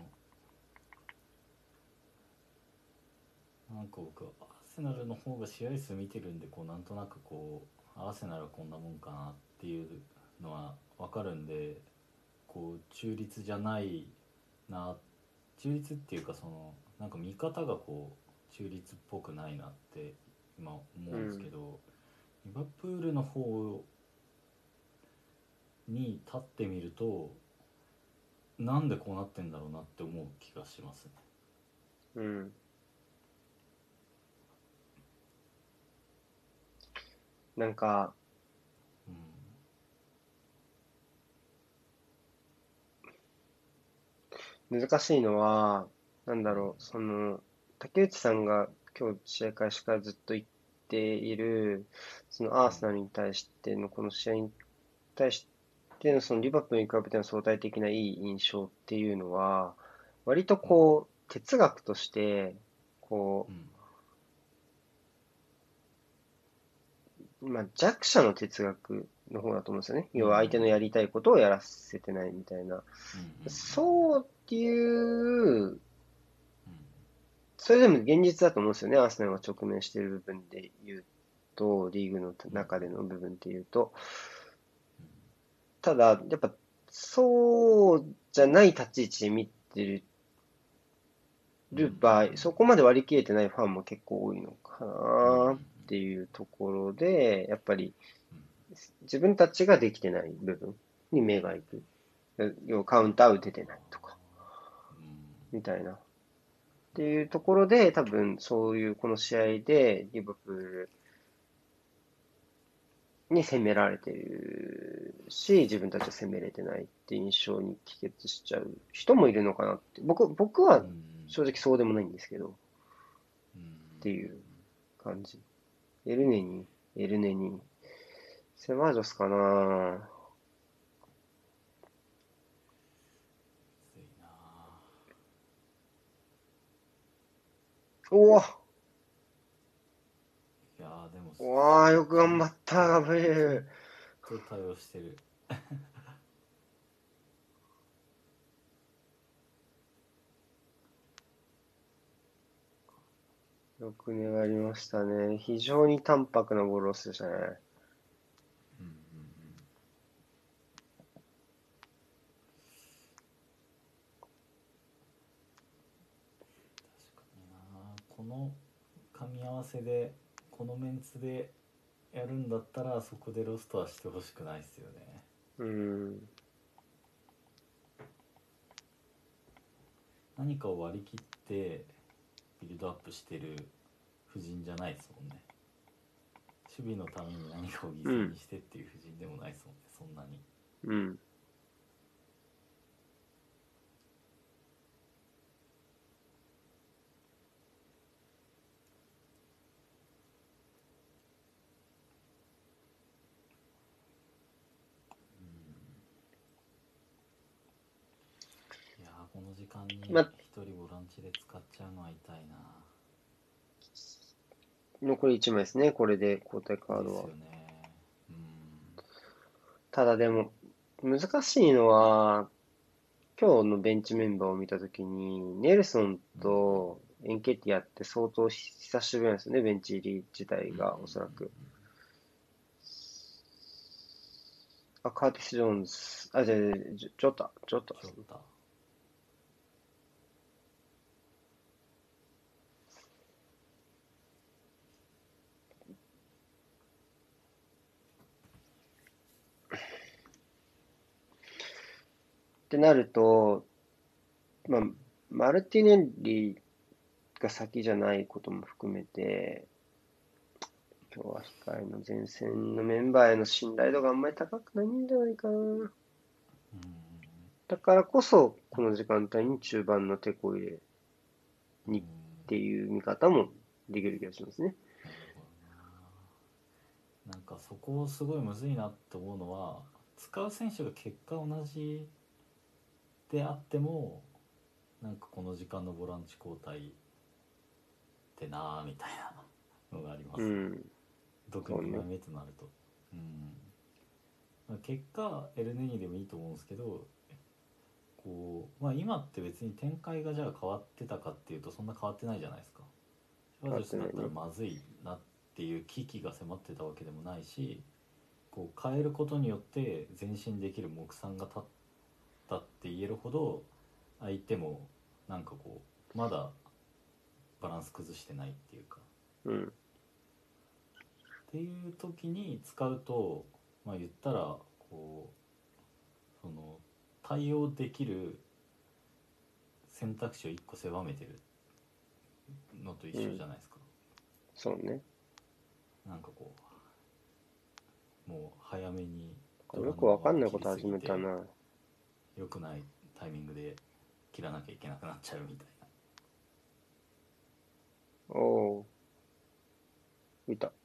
なんか僕アーセナルの方が試合数見てるんでこうなんとなくこうアーセナルはこんなもんかなっていうのは分かるんでこう中立じゃないな中立っていうかそのなんか見方がこう中立っぽくないなって今思うんですけうん。 ど、リバプールの方に立ってみるとなんでこうなってんだろうなって思う気がしますね。 うん。なんか、 うん難しいのは、なんだうんろう、その、竹内さんが今日試合開始からずっと言っている、そのアーうんセナルに対してのこの試合に対してのそのリバプールに比べての相対的ないい印象っていうのは、割とうんこう、哲学として、こうんう、まあ、弱者の哲学の方だと思うんですよね。 うんうん要は相手のやりたいことをやらせてないみたいな。 うんうんそうっていう、それでも現実だと思うんですよね。アーセナルが直面している部分で言うと、リーグのうんうん中での部分で言うと。 うんただ、やっぱ、そうじゃない立ち位置で見てうんうんる場合、そこまで割り切れてないファンも結構多いのかうんうんうんなっていうところで、やっぱりうん自分たちができてない部分に目が行く。要はカウンター打ててないとか、みたいな。っていうところで、多分そういうこの試合でリバプールに攻められてるし、自分たちは攻めれてないって印象に帰結しちゃう人もいるのかなって。僕、僕はうん正直そうでもないんですけど、っうんていう感じ。エルネに、エルネに、セバージョスかな。 むずいな。 おいやーでもおわあ、よくちゃん頑張った、ガブリエちゃんル。 と対応してる。 よく粘りましたね。非常に淡白なボールをスでしたね。 うんうんうん確かにな。この噛み合わせでこのメンツでやるんだったらそこでロストはしてほしくないですよね。 うん。 何かを割り切ってビルドアップしてる布陣じゃないですもんね。守備のために何かを犠うん。 牲にしてっていう布陣でもないですもんね、そんなに。 うん。 いやーこの時間にま、 一人ボランチで使っちゃうのは痛いな。 残りいちまいですね。これで交代カードは。 ですよね。うんただでも、難しいのは、今日のベンチメンバーを見たときに、ネルソンうんとエンケティアって相当久しぶりなんですよね、ベンチ入り自体うんうんが、おそらく。あ、カーティス・ジョーンズ。あ、じゃあ、ジョジョタ、ジョタですね。 ジョタ。 ってなると、まあ、マルティネッリが先じゃないことも含めて、今日は控えの前線のメンバーへの信頼度があんまり高くないんじゃないかな。 うんだからこそ、この時間帯に中盤のテこ入れうんうん。 にっていう見方もできる気がしますね。 なるほどな。なんかそこすごいむずいなって思うのは、使う選手が結果同じであっても、なんかこの時間のボランチ交代ってなーみたいなのがありますね。 うん、 特にそうね。 にまいめとなると。うん。まあ結果エルネニでもいいと思うんですけど、こう、まあ、今って別に展開がじゃあ変わってたかっていうとそんな変わってないじゃないですか。シャバ変わジョスだったらってないね。 まずいなっていう危機が迫ってたわけでもないし、こう変えることによって前進できる目算が立ったって言えるほど相手もなんかこうまだバランス崩してないっていうかうん、 っていう時に使うと、まあ言ったらこうその対応できる選択肢をいっこ狭めてるのと一うん、 緒じゃないですか。 そうね。 なんかこうもう早めにドラよくわかんないノを切りこと始すぎてめたな。 良くないタイミングで切らなきゃいけなくなっちゃうみたいな。 おー、見た。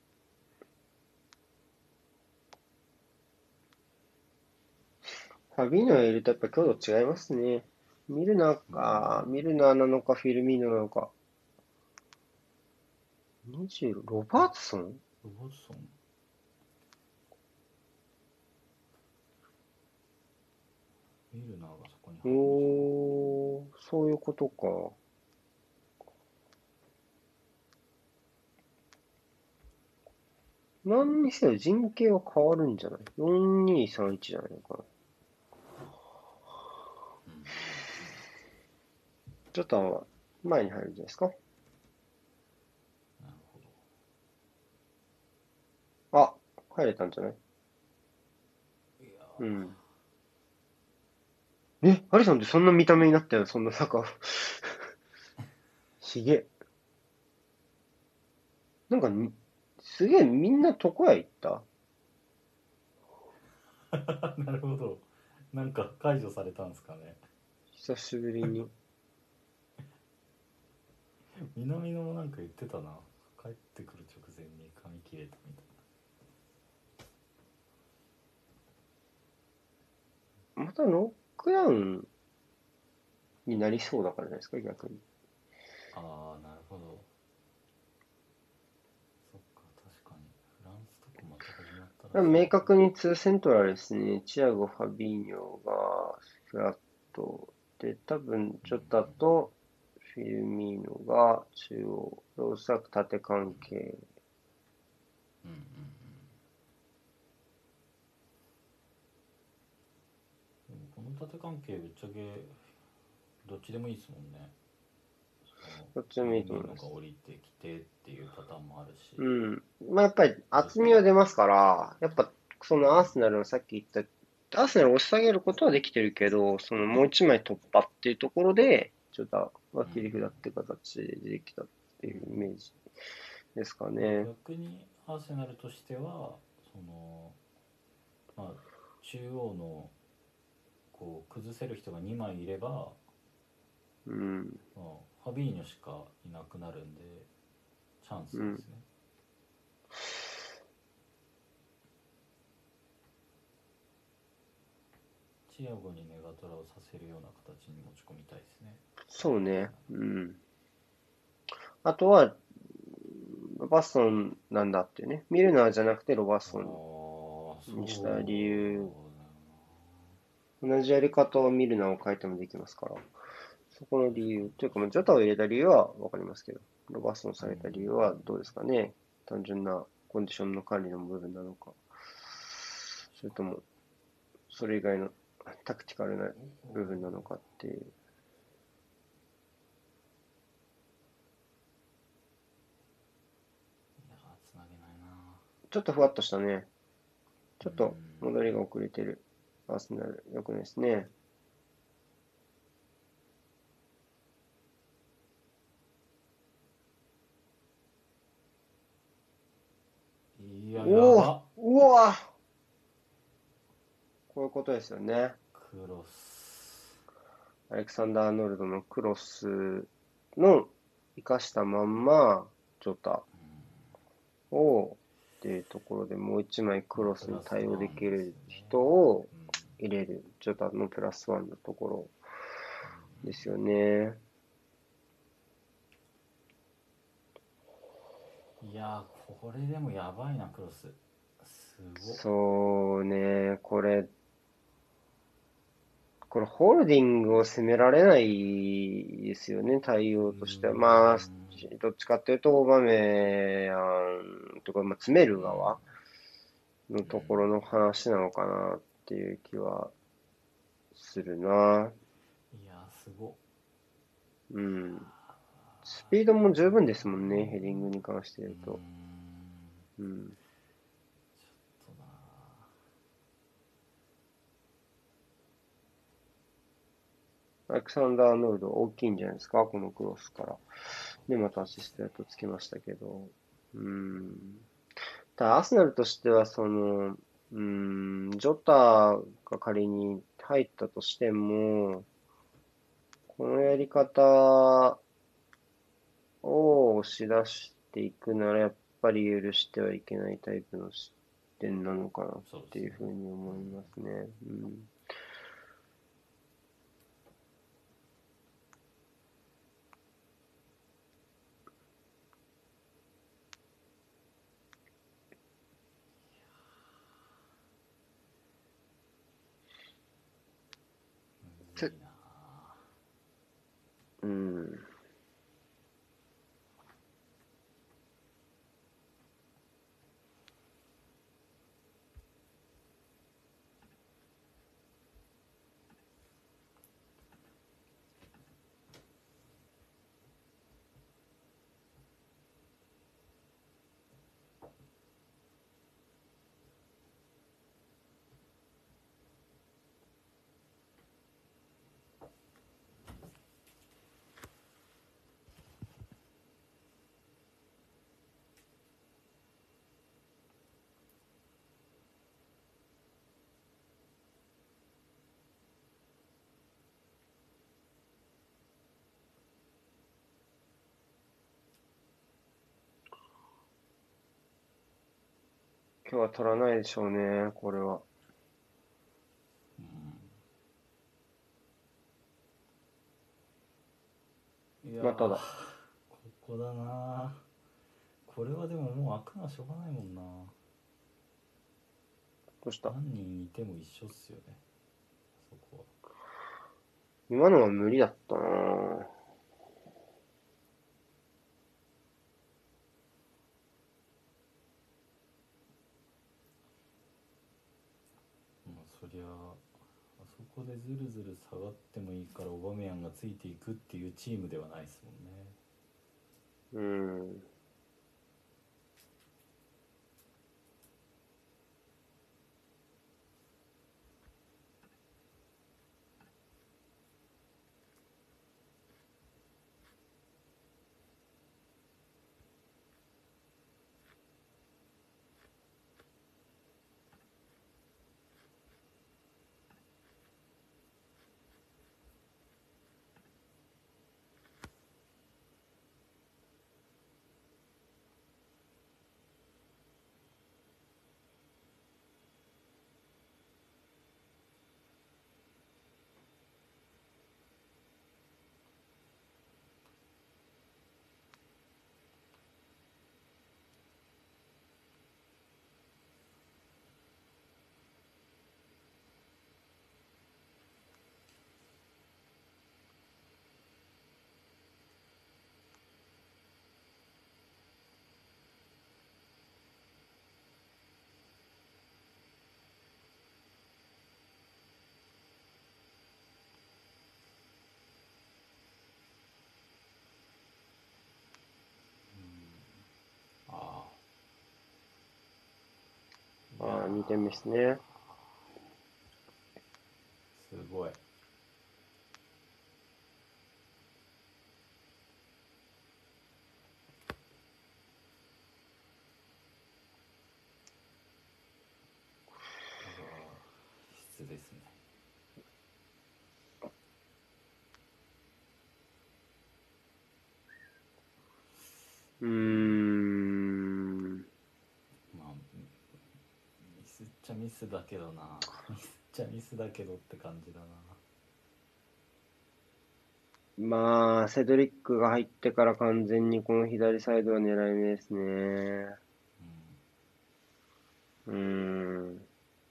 ファビーノがいるとやっぱ強度違いますね。ミルナーうか、ミん。 ルナーなのか、フィルミーノなのか。にじゅう、ロバーあ、 ツソン。 ロボットソン。ミルナーがそこに入るのかおー、そういうことか。何にせよ陣形は変わるんじゃない？ よんにーさんいち じゃないのかな。 な。うんうんちょっと前に入るんじゃないですか。 うん。なるほあ、入れたんじゃない？ ど。いやうん。え、ハリソンってそんな見た目になったよ、そんな坂。ひげ。なんか、すげえみんな床屋行った？ ーなるほど。なんか解除されたんですかね。 久しぶりに。 南野もなんか言ってたな。帰ってくる直前に髪切れたみたいまたロックダウンになりそうだからじゃないですか、逆に。 な。ああ、なるほど。そっか、確かにフランスとかまた始まったらしいもん明確にツーセントラルですね。チアゴ・ファビーニョがフラットで、多分、 うんうジョタとフィルミーノが中央、おそらく縦関係。 んうんうんうん。でもこの縦関係ぶっちゃけどっちでもいいですもんね。そのどっちでもいいとフィルミ思います。 ーノが降りてきてっていうパターンもあるし、 うん。まあ、やっぱり厚みは出ますから、やっぱそのアーセナルのさっき言った、アーセナルを押し下げることはできてるけど、そのもう一枚突破っていうところで、ちょっとはうんうん。 切り札って形でできたっていうイメージですかまあ、 ね。 逆にアーセナルとしてはその、まあ、中央のこう崩せる人がにまいいれば、 うん。 まあ、ファビーニョしかいなくなるんでチャンスうん。 ですね。チアゴにネガトラをさせるような形に持ち込みたいですね。 そうね。 アーセナル。 うん。あとは、ロバーソンなんだっていうね。ミルナーじゃなくてロバーあソンあ、そにした理由、 うだよ同じやり方をミルナーを変えてもできますから。 そこの理由、というか、まあジョタを入れた理由はわかりますけど、ロバーソンされた理由はどうですかね。単純なコンディションの管理の部分なのか、それとも、それ以外のタクティカルな部分なのかっていう。 いやー、つなげないな。 ちょっとふわっとしたね。ちょっとうん戻りが遅れてる。アーセナル、良くないですね。 いや、やおお、 ば。 うわこういうことですよね。 クロス。 アレクサンダー・アーノルドのクロスの生かしたまんま、ジョタを、っていうところでもう一枚クロスに対応できる人を入れる。ジョタのプラスワンのところですよね。 いやー、これでもやばいな、クロス。すごっ。 そうね、これ、これホールディングを責められないですよね、対応としては。まあ、どっちかっていうと、オーバメヤンとか、まあ、詰める側のところの話なのかなっていう気はするな。 いやー、すごっ。 うん。スピードも十分ですもんね、ヘディングに関して言うと。 うーん。 うん。 そうだな。 アレクサンダー・アーノルド大きいんじゃないですか、このクロスから。で、またアシストやっとつけましたけど。うん。ただ、アーセナルとしては、その、うん、ジョタが仮に入ったとしても、このやり方を押し出していくなら、やっぱり許してはいけないタイプの失点なのかなっていうそうですね。 ふうに思いますね。うん。 むずいな。 うん。今日は取らないでしょうね、これは。 いやー、 まあ、ただ、 ここだな。これはでももう開くのはしょうがないもんな。 どうした何人いても一緒っすよね、そこは。 今のは無理だったなぁ。 まあそりゃあそこでずるずる下がってもいいからオバメヤンがついていくっていうチームではないですもんね。 うん。 にてんめですね。 すごい。うわー、質ですね。 うーん。 まあミスっちゃミスだけどな。ミスっちゃミスだけどって感じだな。 まあ、セドリックが入ってから完全にこの左サイドは狙い目ですね。うーん。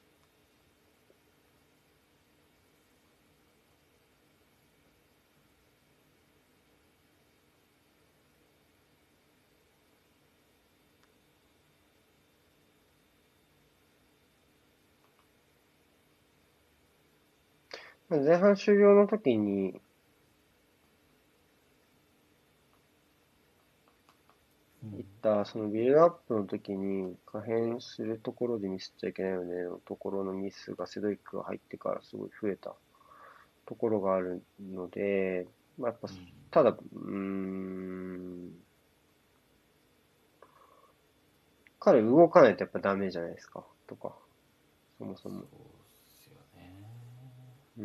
まあ前半終了の時に、 うん言った、そのビルドアップの時に可変するところでミスっちゃいけないよねのところのミスがセドリックが入ってからすごい増えたところがあるので、まあ、やっぱ、 うんただ、うーん、彼動かないとやっぱダメじゃないですか、とか、そもそも。 そうっすよね。 うん。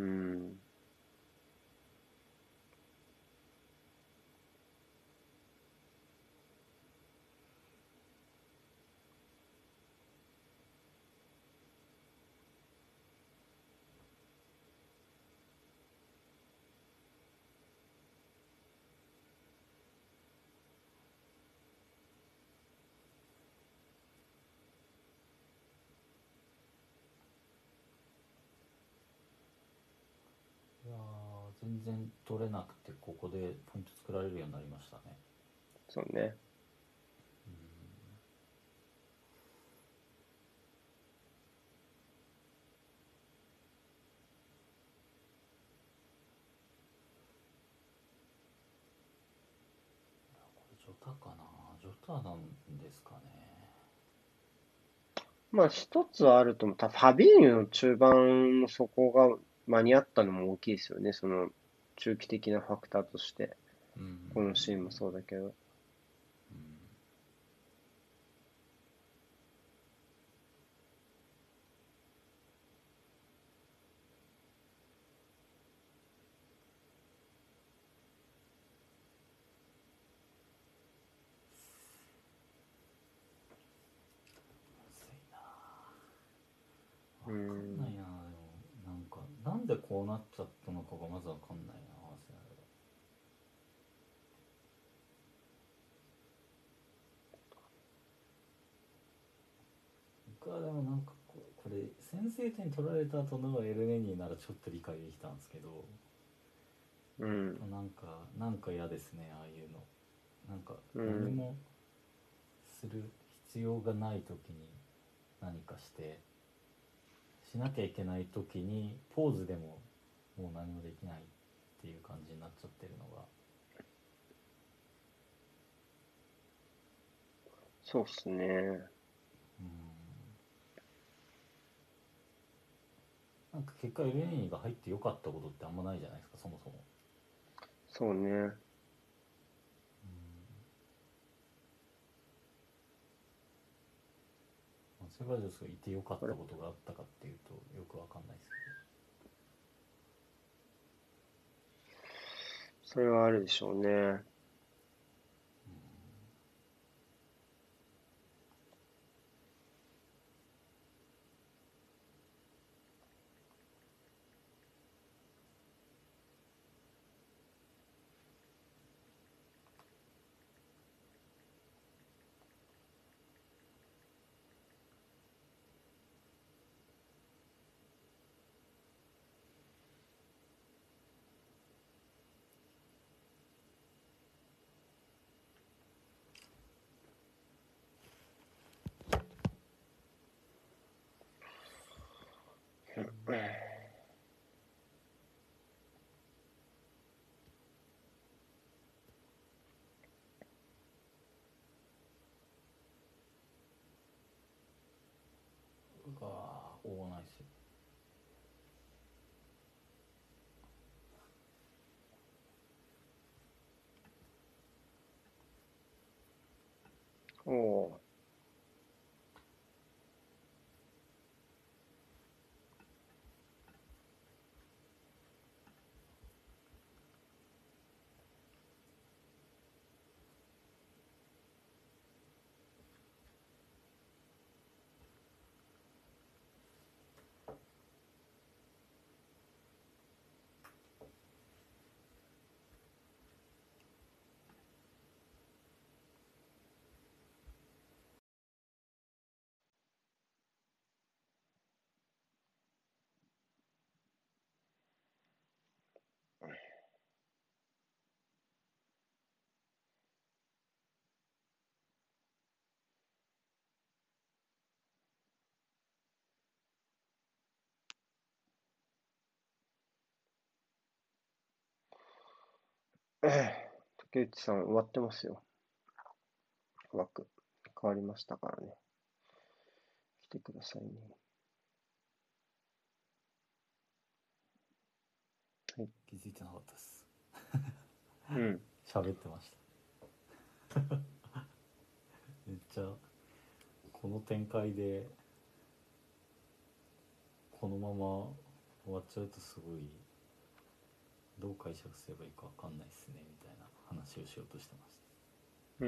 いやー、全然取れなくてここでポイント作られるようになりましたね。 そうね。 これジョタかな。ジョタなんですかね。 まあ、一つはあると思う。たファビーニョの中盤の底が間に合ったのも大きいですよね。その、中期的なファクターとして。 うん、うん、 このシーンもそうだけど。 むずいな。 うわかんないん。 な。でもなんかなんでこうなっちゃったのかがまずわかんないな。アーセナルが僕はでもなんかここれ先制点取られた後のエルネニーならちょっと理解できたんですけど、 うん。 なんかなんか嫌ですね、ああいうの。なんかうん。 何もする必要がない時に何かしてしなきゃいけない時にポーズでももう何もできないっていう感じになっちゃってるのが。 そうっすね。 うんなんか結果エルネニーが入ってよかったことってあんまないじゃないですか、そもそも。 そうね。 セバジョスがいてよかっこれ、 たことがあったかっていうとよくわかんないですけそれはあるでしょうね。 ど。 あー、オーナイス。 おー。ええ、竹内さん終わってますよ。枠。変わりましたからね。来てくださいね。はい。 気づいてなかったです。 うん。 喋ってました。めっちゃこの展開でこのまま終わっちゃうとすごいどう解釈すればいいか分かんないですねみたいな話をしようとしてましうん。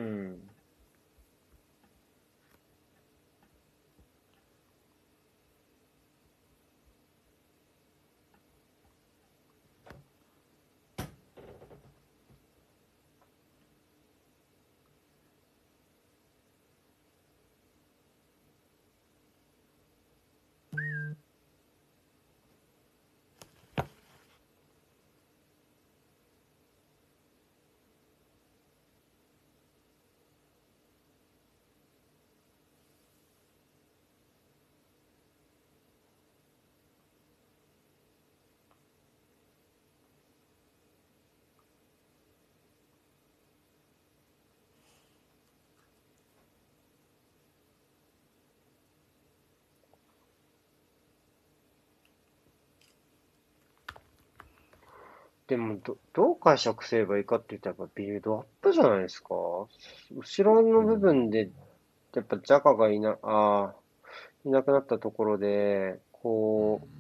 でも、ど、どう解釈すればいいかって言ったら、やっぱビルドアップじゃないですか。後ろた。うの部分ん。 で、やっぱジャカがいな、ああ、いなくなったところで、 うん。 こ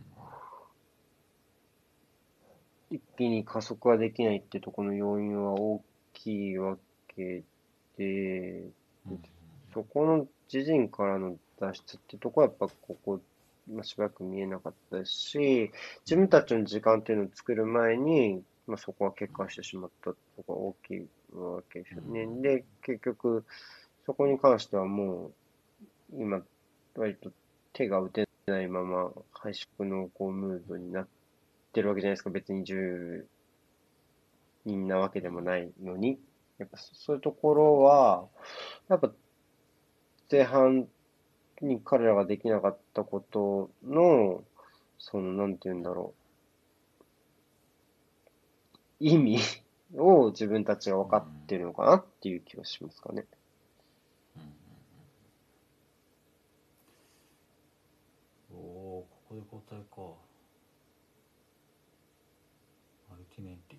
う、一気に加速はできないってところの要因は大きいわけで、 うん。 そこの自陣からの脱出ってとこはやっぱここ、まあ、しばらく見えなかったですし、自うん。 分たちの時間っていうのを作る前に、まあ、そこは決壊してしまったところが大きいわけですうん。 よね。で、結局、そこに関してはもう、今、割と手が打てないまま、敗色のこうムードになってるわけじゃないですか。別にじゅうにんなわけでもないのに。やっぱそういうところは、やっぱ前半に彼らができなかったことの、その、なんて言うんだろう、意味を自分たちが分うん。 かってるのかなっていう気がしますかね。 うん。おお、ここで交代か。アルティメンティ。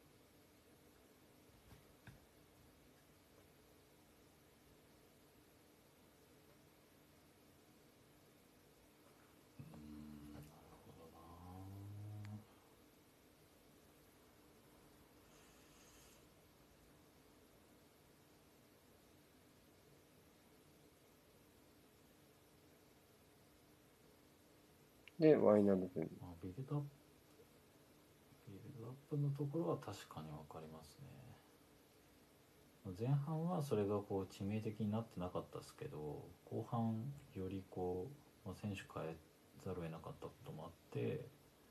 うーん、なるほどな。 で、ワイナル分。 まあ、ビルドアップビルドアップのところは確かに分かりますね。前半はそれがこう致命的になってなかったですけど、後半よりこう、まあ、選手変えざるを得なかったこともあって、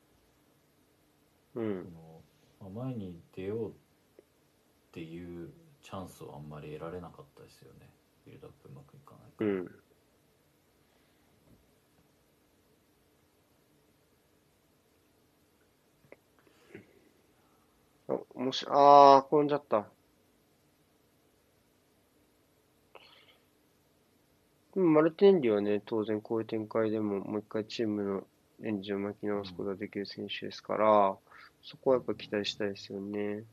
うん。 その、まあ、前に出ようっていうチャンスをあんまり得られなかったですよね。ビルドアップうまくいかないから。 うん。あ、もし、あー、転んじゃった。 でもマルティネンリはね、当然こういう展開でももう一回チームのエンジンを巻き直すことができる選手ですから、そこはやっぱ期待したいですよね。 うん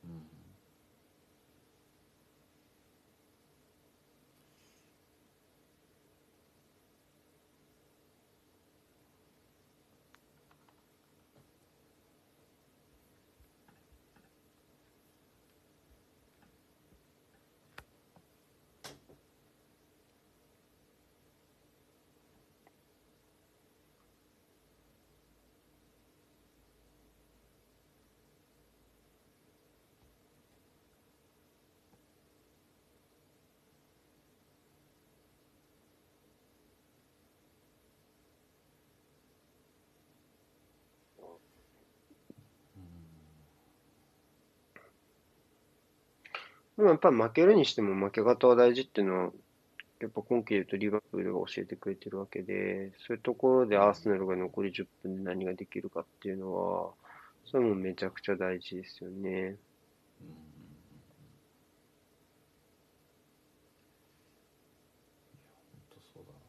でもやっぱり負けるにしても負け方は大事っていうのは、やっぱ今季で言うとリバプールが教えてくれてるわけで、そういうところでアーセナルが残りじゅっぷんで何ができるかっていうのは、それもめちゃくちゃ大事ですよね。 うん本当そうだな。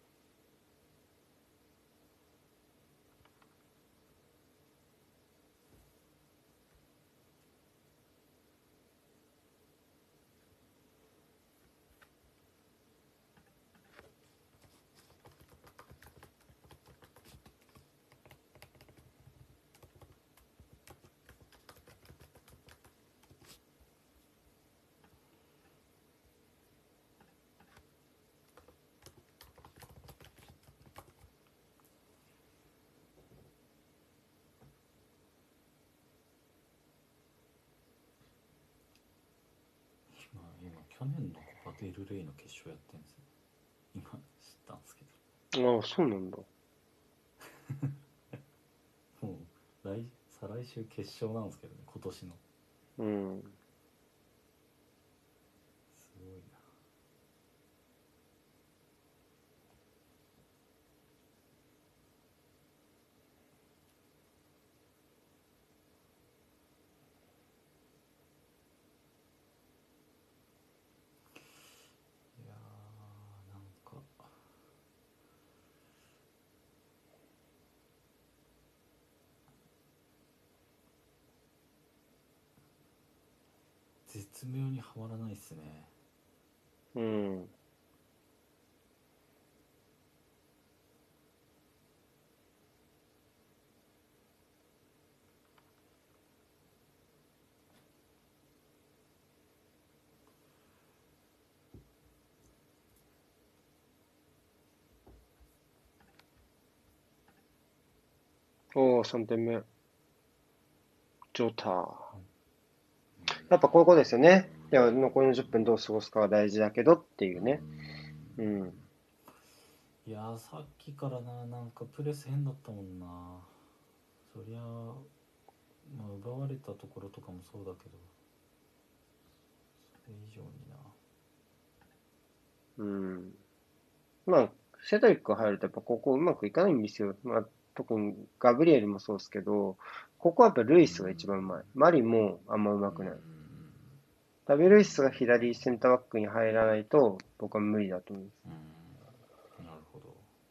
今今去年のコパデルレイの決勝やってんですよ。今知ったんですけああ、そうなんだ。 ど、もう来再来週決勝なんですけどね、今年の。 うん。 すごいな。いやーなんか絶妙にはまらないっすね。 うん。おお、さんてんめ。ジョーター。やっぱこういうことですよね。いや、残りのじゅっぷんどう過ごすかが大事だけどっていうね。うん。 いやーさっきからな、なんかプレス変だったもんな。そりゃあ、まあ、奪われたところとかもそうだけど、それ以上にな。 うん。まあ、セドリックが入るとやっぱここうまくいかないんですよ。まあ、特にガブリエルもそうですけど、ここはやっぱルイスが一番うまい。マリもあんまうまくない。ダビルイスが左センターバックに入らないと僕は無理だと思います。 うん、なるほど。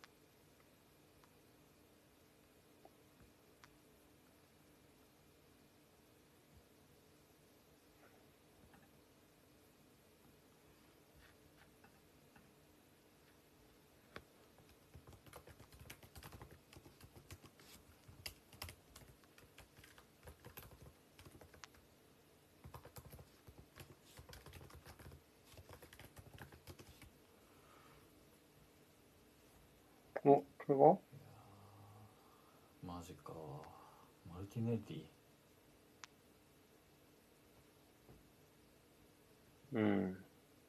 お、これはマジか。マルティネッリ。 うん。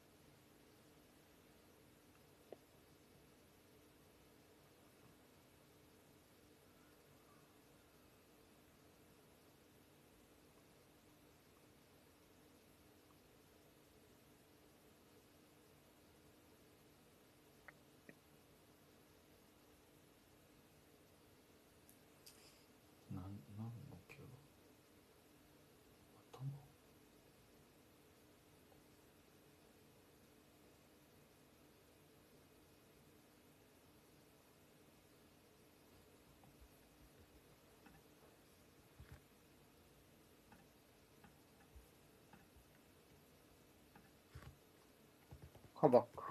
なんなんの今日頭。 カバック。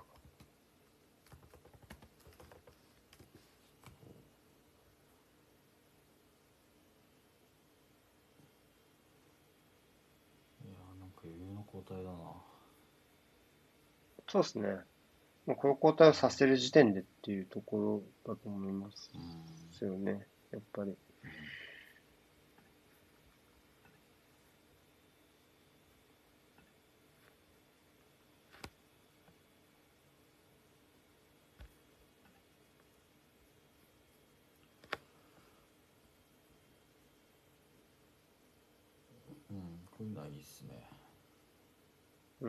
いやーなんか余裕の交代だな。 そうですね。まあこの交代をさせる時点でっていうところだと思いますうんよね。やっぱり。 うん、こういうのはいいっすね。 うん。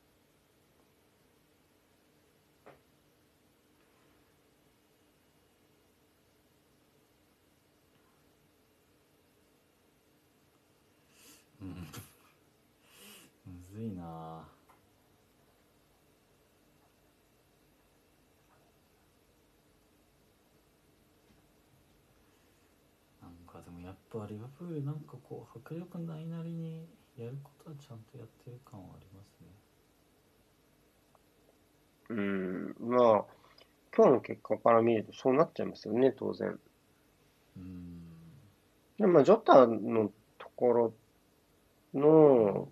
うんむずいな。なんかでもやっぱリバプールなんかこう迫力ないなりにやることはちゃんとやってる感はありますね。 うん。まあ、今日の結果から見るとそうなっちゃいますよね、当然。 うんで、まあ、ジョタのところの、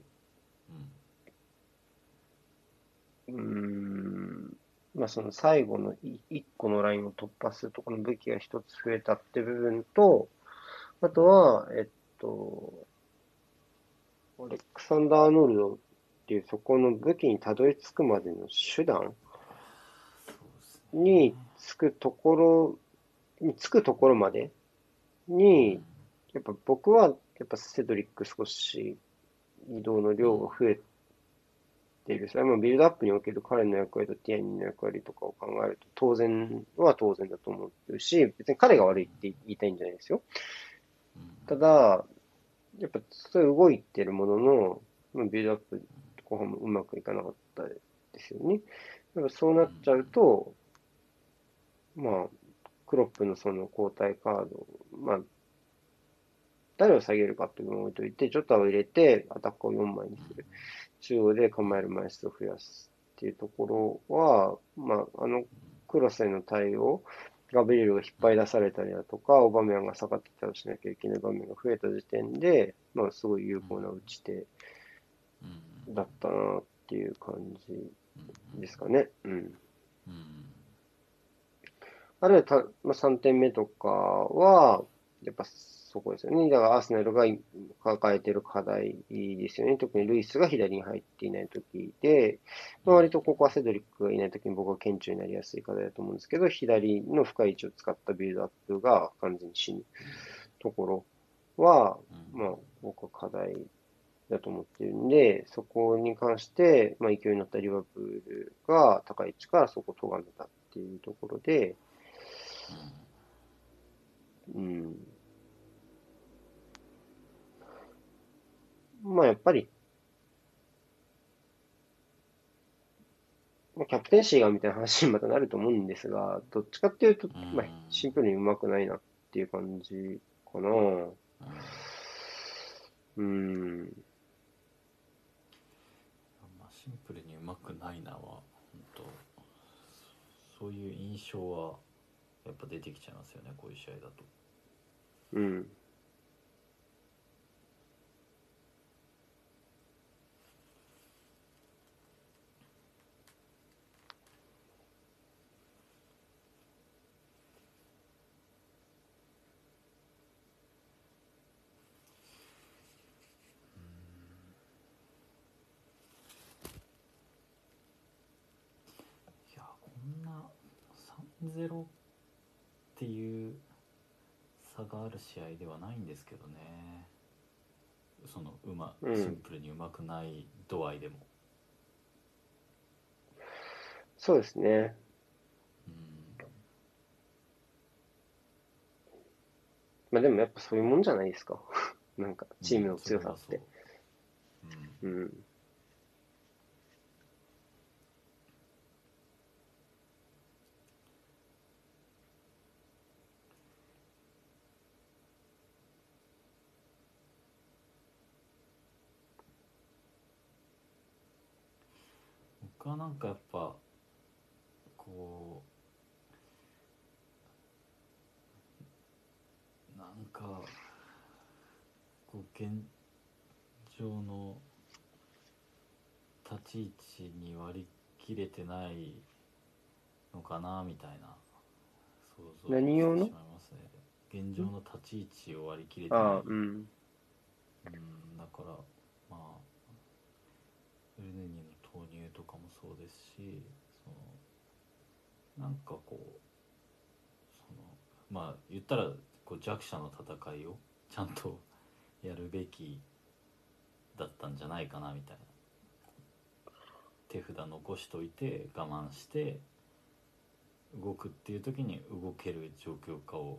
うーん、まあ、その最後のい一個のラインを突破するところの武器が一つ増えたって部分と、あとは、えっと、アレクサンダー・アーノルドっていうそこの武器にたどり着くまでの手段そうですにね。 つくところ、につくところまでに、やっぱ僕は、やっぱセドリック少し移動の量が増えている。それはもうビルドアップにおける彼の役割とティアニーの役割とかを考えると当然は当然だと思ってるし、別に彼が悪いって言いたいんじゃないですよ。ただ、やっぱそういう動いてるものの、まあ、ビルドアップ後半もうまくいかなかったですよね。だからそうなっちゃうと、まあ、クロップのその交代カード、まあ、誰を下げるかっていうのを置いといて、ジョタを入れて、アタックをよんまいにする。中央で構える枚数を増やすっていうところは、まあ、あの、クロスへの対応、ガブリエルが引っ張り出されたりだとか、オバメヤンが下がってきたりしなきゃいけない場面が増えた時点で、まあ、すごい有効な打ち手だったなっていう感じですかね。うん。あるいはた、まあ、さんてんめとかは、やっぱそこですよね。だからアーセナルが抱えている課題ですよね。特にルイスが左に入っていない時で、まあ、割とここはセドリックがいない時に僕は顕著になりやすい課題だと思うんですけど、左の深い位置を使ったビルドアップが完全に死ぬところは、まあ、僕は課題だと思っているんで、そこに関して、まあ、勢いに乗ったリバプールが高い位置からそこを咎めたっていうところで、うん。まあやっぱり、まあ、キャプテンシーがみたいな話にまたなると思うんですが、どっちかっていうと、まあシンプルに上手くないなっていう感じかな。うん。 まあ、シンプルにうまくないなは本当そういう印象はやっぱ出てきちゃいますよね、こういう試合だと。 うん。 いやこんなさんたいゼロっていう差がある試合ではないんですけどね。そのうまシンうん。 プルにうまくない度合いでも。 そうですね。まあでもやっぱそういうもんじゃないですか。なんか、 うん、 チームのそれはそう。 強さって。 うん、 うん。 僕はなんかやっぱこうなんかこう現状の立ち位置に割り切れてないのかなみたいな想像を何用のしてしまいますね。現状の立ち位置を割り切れてない。 ああ、うん。 うん、だからまあエルネニの投入とかもそうですし、そのなんかこうそのまあ言ったらこう弱者の戦いをちゃんとやるべきだったんじゃないかなみたいな。手札残しといて我慢して動くっていう時に動ける状況かを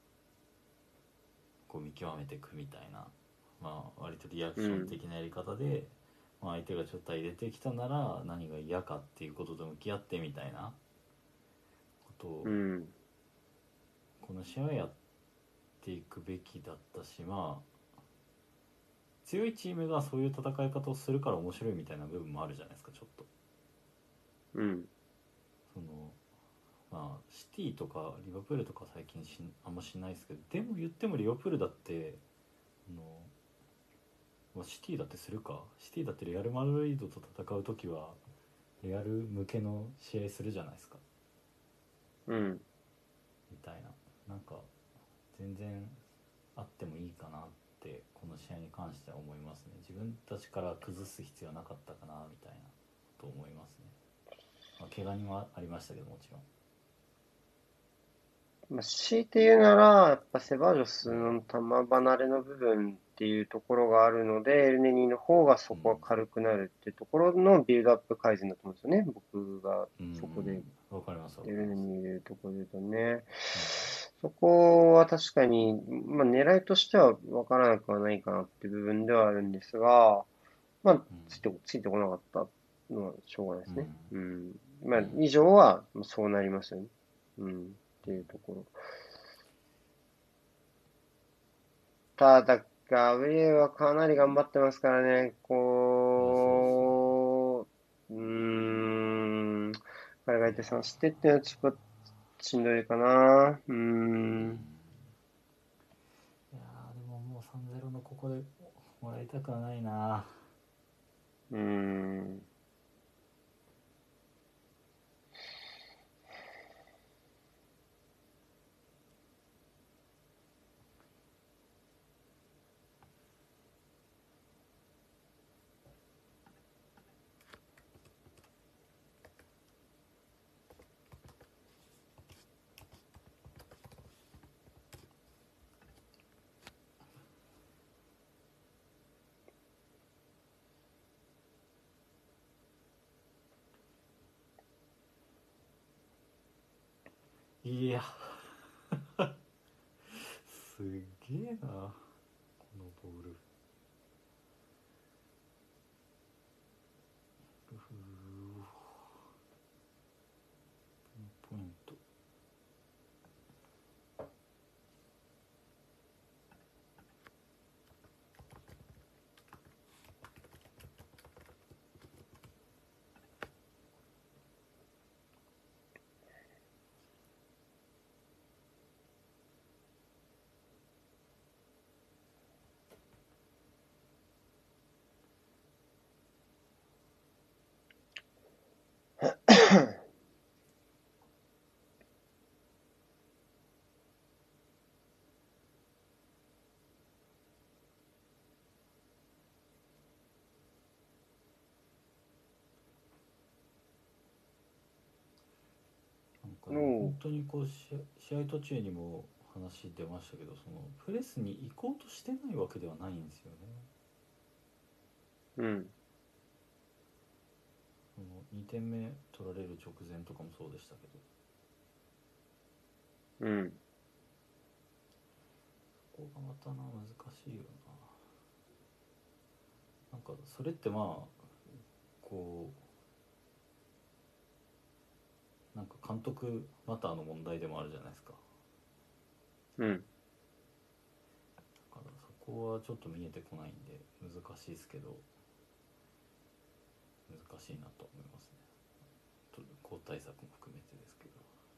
こう見極めていくみたいな、まあ割とリアクションうん。 的なやり方で、まあ、相手がちょっと入れてきたなら何が嫌かっていうことと向き合ってみたいなことをうん。 この試合はやっていくべきだったし、まあ強いチームがそういう戦い方をするから面白いみたいな部分もあるじゃないですか。ちょっとうん。 そのまあシティとかリバプールとか最近しあんましないですけど、でも言ってもリバプールだってあのまあシティだってするか、シティだってレアル・マドリードと戦う時はレアル向けの試合するじゃないですかうん。 みたいな、なんか全然あってもいいかなってこの試合に関しては思いますね。自分たちから崩す必要なかったかなみたいなと思いますね。まあ、怪我人はありましたけどもちろん。 まあ、強いて言うなら、やっぱセバジョスの球離れの部分っていうところがあるので、エルネニの方がそこは軽くなるっていうところのビルドアップ改善だと思うんですよね。僕がうんそこでうんわかりますわエルネかります。 にいるところで言うとね。 うんそこは確かに、まあ、狙いとしては分からなくはないかなっていう部分ではあるんですが、まあ、ついて、ついてこなかったのはしょうがないですね。 うんうん。まあ、 うん以上はそうなりますよね。うん。っていうところ。ただ、ガブリエルはかなり頑張ってますからね。 いやそうですね。 こう、うーん。彼がいてさんしてっていうのはちょっとしんどいかな。うーうんん。 いやでももうさんたいゼロのここでもらいたくはないな。 うーん。 いやすげえなこのボール。うーポイント。なんかでもおう。 本当にこう試合試合途中にも話出ましたけど、そのプレスに行こうとしてないわけではないんですよね。 うん。 そのにてんめ取られる直前とかもそうでしたけど、 うん。 ここがまたな難しいよな。なんかそれってまあこうなんか監督マターの問題でもあるじゃないですか。 うん。 だからそこはちょっと見えてこないんで難しいですけど、 難しいなと思いますね。と交代策も含めてですけど。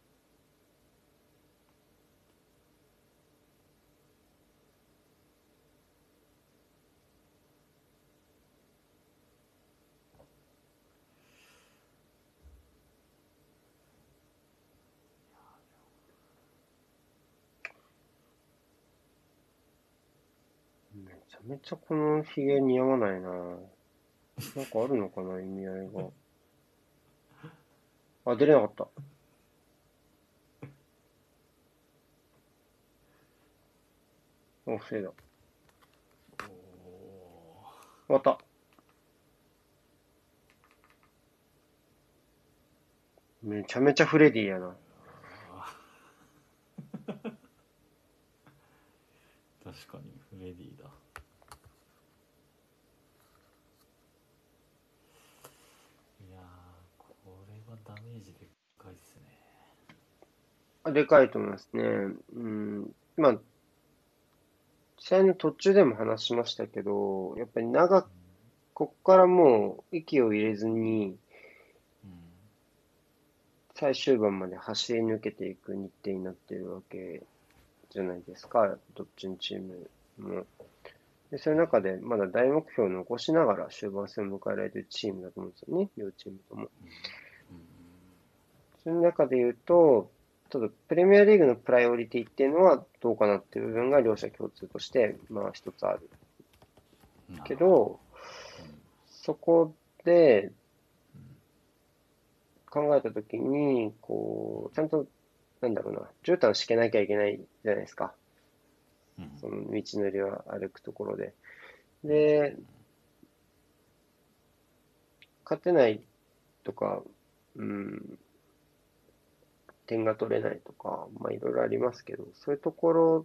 めちゃめちゃこのヒゲ似合わないな。なんかあるのかな、意味合いが。あ、出れなかった。お、防いだ。 お終わった。めちゃめちゃフレディやな。 確かにフレディだ。いやー、これはダメージでかいっすね。 あ、でかいと思いますね。うん。まあ、試合の途中でも話しましたけど、やっぱり長く、こっからもう息を入れずに、 うん最終盤まで走り抜けていく日程になっているわけじゃないですか、どっちのチームも。で、そういう中でまだ大目標を残しながら終盤戦を迎えられているチームだと思うんですよね、両チームとも。その中で言うと、ちょっとプレミアリーグのプライオリティっていうのはどうかなっていう部分が両者共通として、まあ一つある。 うんなるほけど、 ど。うんそこで考えたときに、こう、ちゃんと、なんだろうな、絨毯敷けなきゃいけないじゃないですか。 うんその道のりを歩くところで。 うんうんで、勝てないとか、うん、点が取れないとか、まあいろいろありますけど、そういうところ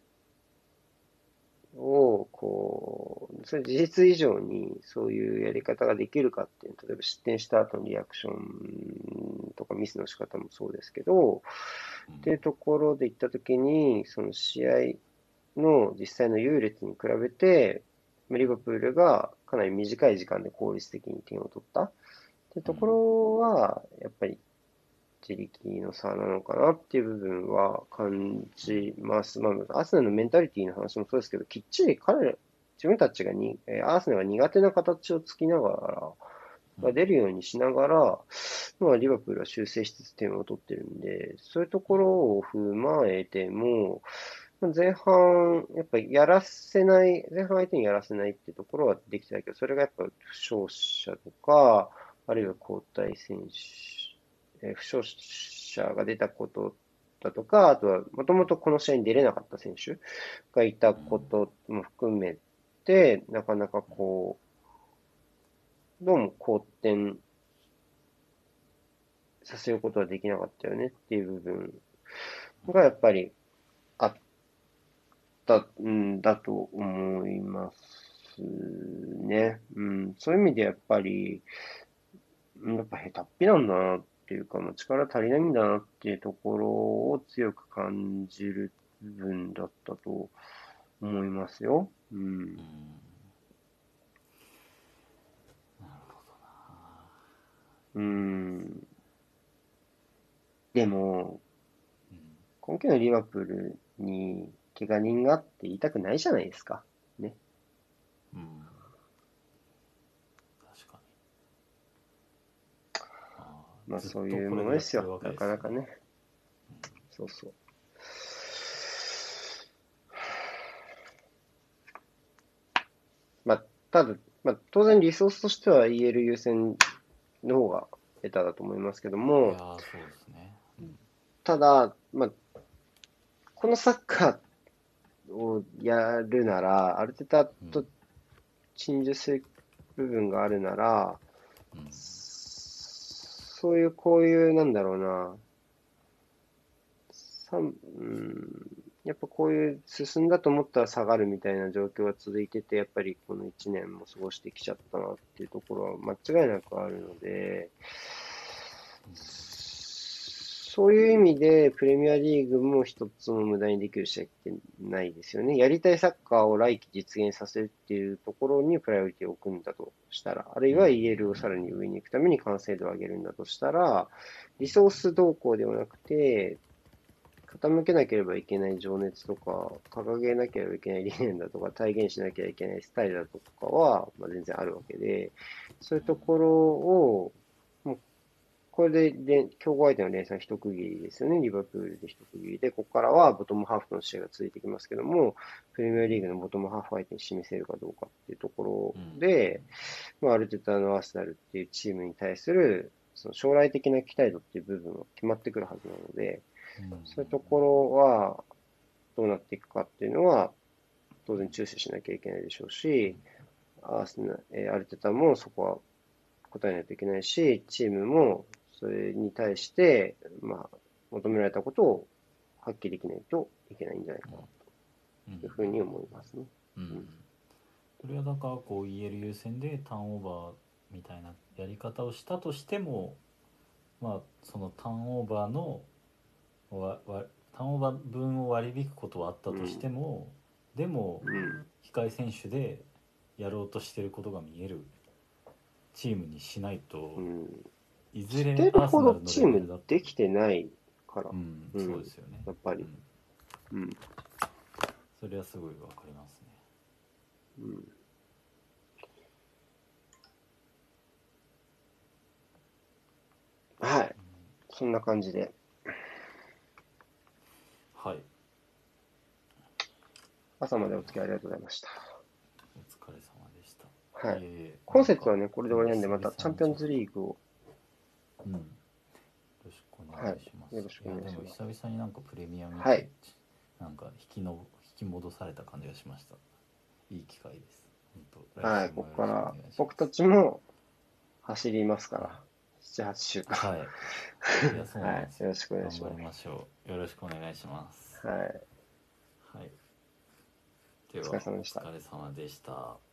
を、こう、それ事実以上にそういうやり方ができるかっていう、例えば失点した後のリアクションとかミスの仕方もそうですけど、っていうところで言ったときに、その試合の実際の優劣に比べて、リバプールがかなり短い時間で効率的に点を取ったっていうところは、やっぱり自力の差なのかなっていう部分は感じます。まあ、アーセナルのメンタリティの話もそうですけど、きっちり彼ら、自分たちがに、えーアーセナルが苦手な形をつきながら、が出るようにしながら、まあ、リバプールは修正しつつ点を取ってるんで、そういうところを踏まえても、まあ前半、やっぱりやらせない、前半相手にやらせないっていうところはできてたけど、それがやっぱ負傷者とか、あるいは交代選手、えー負傷者が出たことだとか、あとは、もともとこの試合に出れなかった選手がいたことも含めて、なかなかこう、どうも好転させることはできなかったよねっていう部分がやっぱりあったんだと思いますね。うん、そういう意味でやっぱり、うんやっぱ下手っぴなんだなっていうか、まあ、力足りないんだなっていうところを強く感じる部分だったと思いますよ。うん。 なるほどな。 うん。でも、 うん今季のリバプールに怪我人があって言いたくないじゃないですか。ね。 うん確かに。あまあーずっそういうとこれものですよ。 でやってるわけなですよね。 かなかね。そうそう。まあ、ただ、まあ、当然リソースとしては イーエル 優先の方がベターだと思いますけども、 いやーそうですね。うんただ、まあ、このサッカーをやるなら、ある程度うん陳述する部分があるなら、 うんそういう、こういう、なんだろうな、さんうんやっぱこういう進んだと思ったら下がるみたいな状況が続いてて、やっぱりこのいちねんも過ごしてきちゃったなっていうところは間違いなくあるので、 そういう意味で、プレミアリーグも一つも無駄にできる試合ってないですよね。やりたいサッカーを来季実現させるっていうところにプライオリティを置くんだとしたら、あるいは イーエル をさらに上に行くために完成度を上げるんだとしたら、リソース動向ではなくて、傾けなければいけない情熱とか、掲げなければいけない理念だとか、体現しなきゃいけないスタイルだとかは、まあ、全然あるわけで、そういうところを、もうこれで連競合相手の連鎖一区切りですよね。リバプールで一区切りで、ここからはボトムハーフの試合が続いてきますけども、プレミアリーグのボトムハーフ相手に示せるかどうかっていうところで、まあ、アルテタのアーセナルっていうチームに対する、その将来的な期待度っていう部分は決まってくるはずなので、そういうところはどうなっていくかっていうのは、当然注視しなきゃいけないでしょうし、アーセナえーアルテタもそこは答えないといけないし、チームもそれに対して、まあ、求められたことを発揮できないといけないんじゃないかなというふうに思いますね。 うん、それはだからこう イーエル 優先でターンオーバーみたいなやり方をしたとしても、まあそのターンオーバーのわわターンオーバー分を割り引くことはあったとしても、でもうん。 控え選手でやろうとしてることが見えるチームにしないと、 うん。 いずしてれアーセるほどナルのレチームベルだと、 できてないから、 うんうんそうですよね、 やっぱり。 うん、 うん。 それはすごいわかりますね。 うん。はい。そんな感じで。 はい、 朝までお付き合いありがとうございました。 お疲れ様でした。 はい。 いえいえ、 今節はね、 なんかこれで終わりなんで、また久々にチャンピオンズリーグを、 うん、よろしくお願いします。 はいよろしくお願いしますやでも久々になんかプレミア見て、 はい。 なんか引きの引き戻された感じがしました。いい機会です。本当はい。 来週こもよろしくお願こからいします。 僕たちも走りますから、なな、はち週間。 はい。いやそうはい。 なんですよ。 よろしくお願いし頑張ります。 ましょう。よろしくお願いします。 はい。 はい。でお疲はおれ様でした。 疲れ様でした。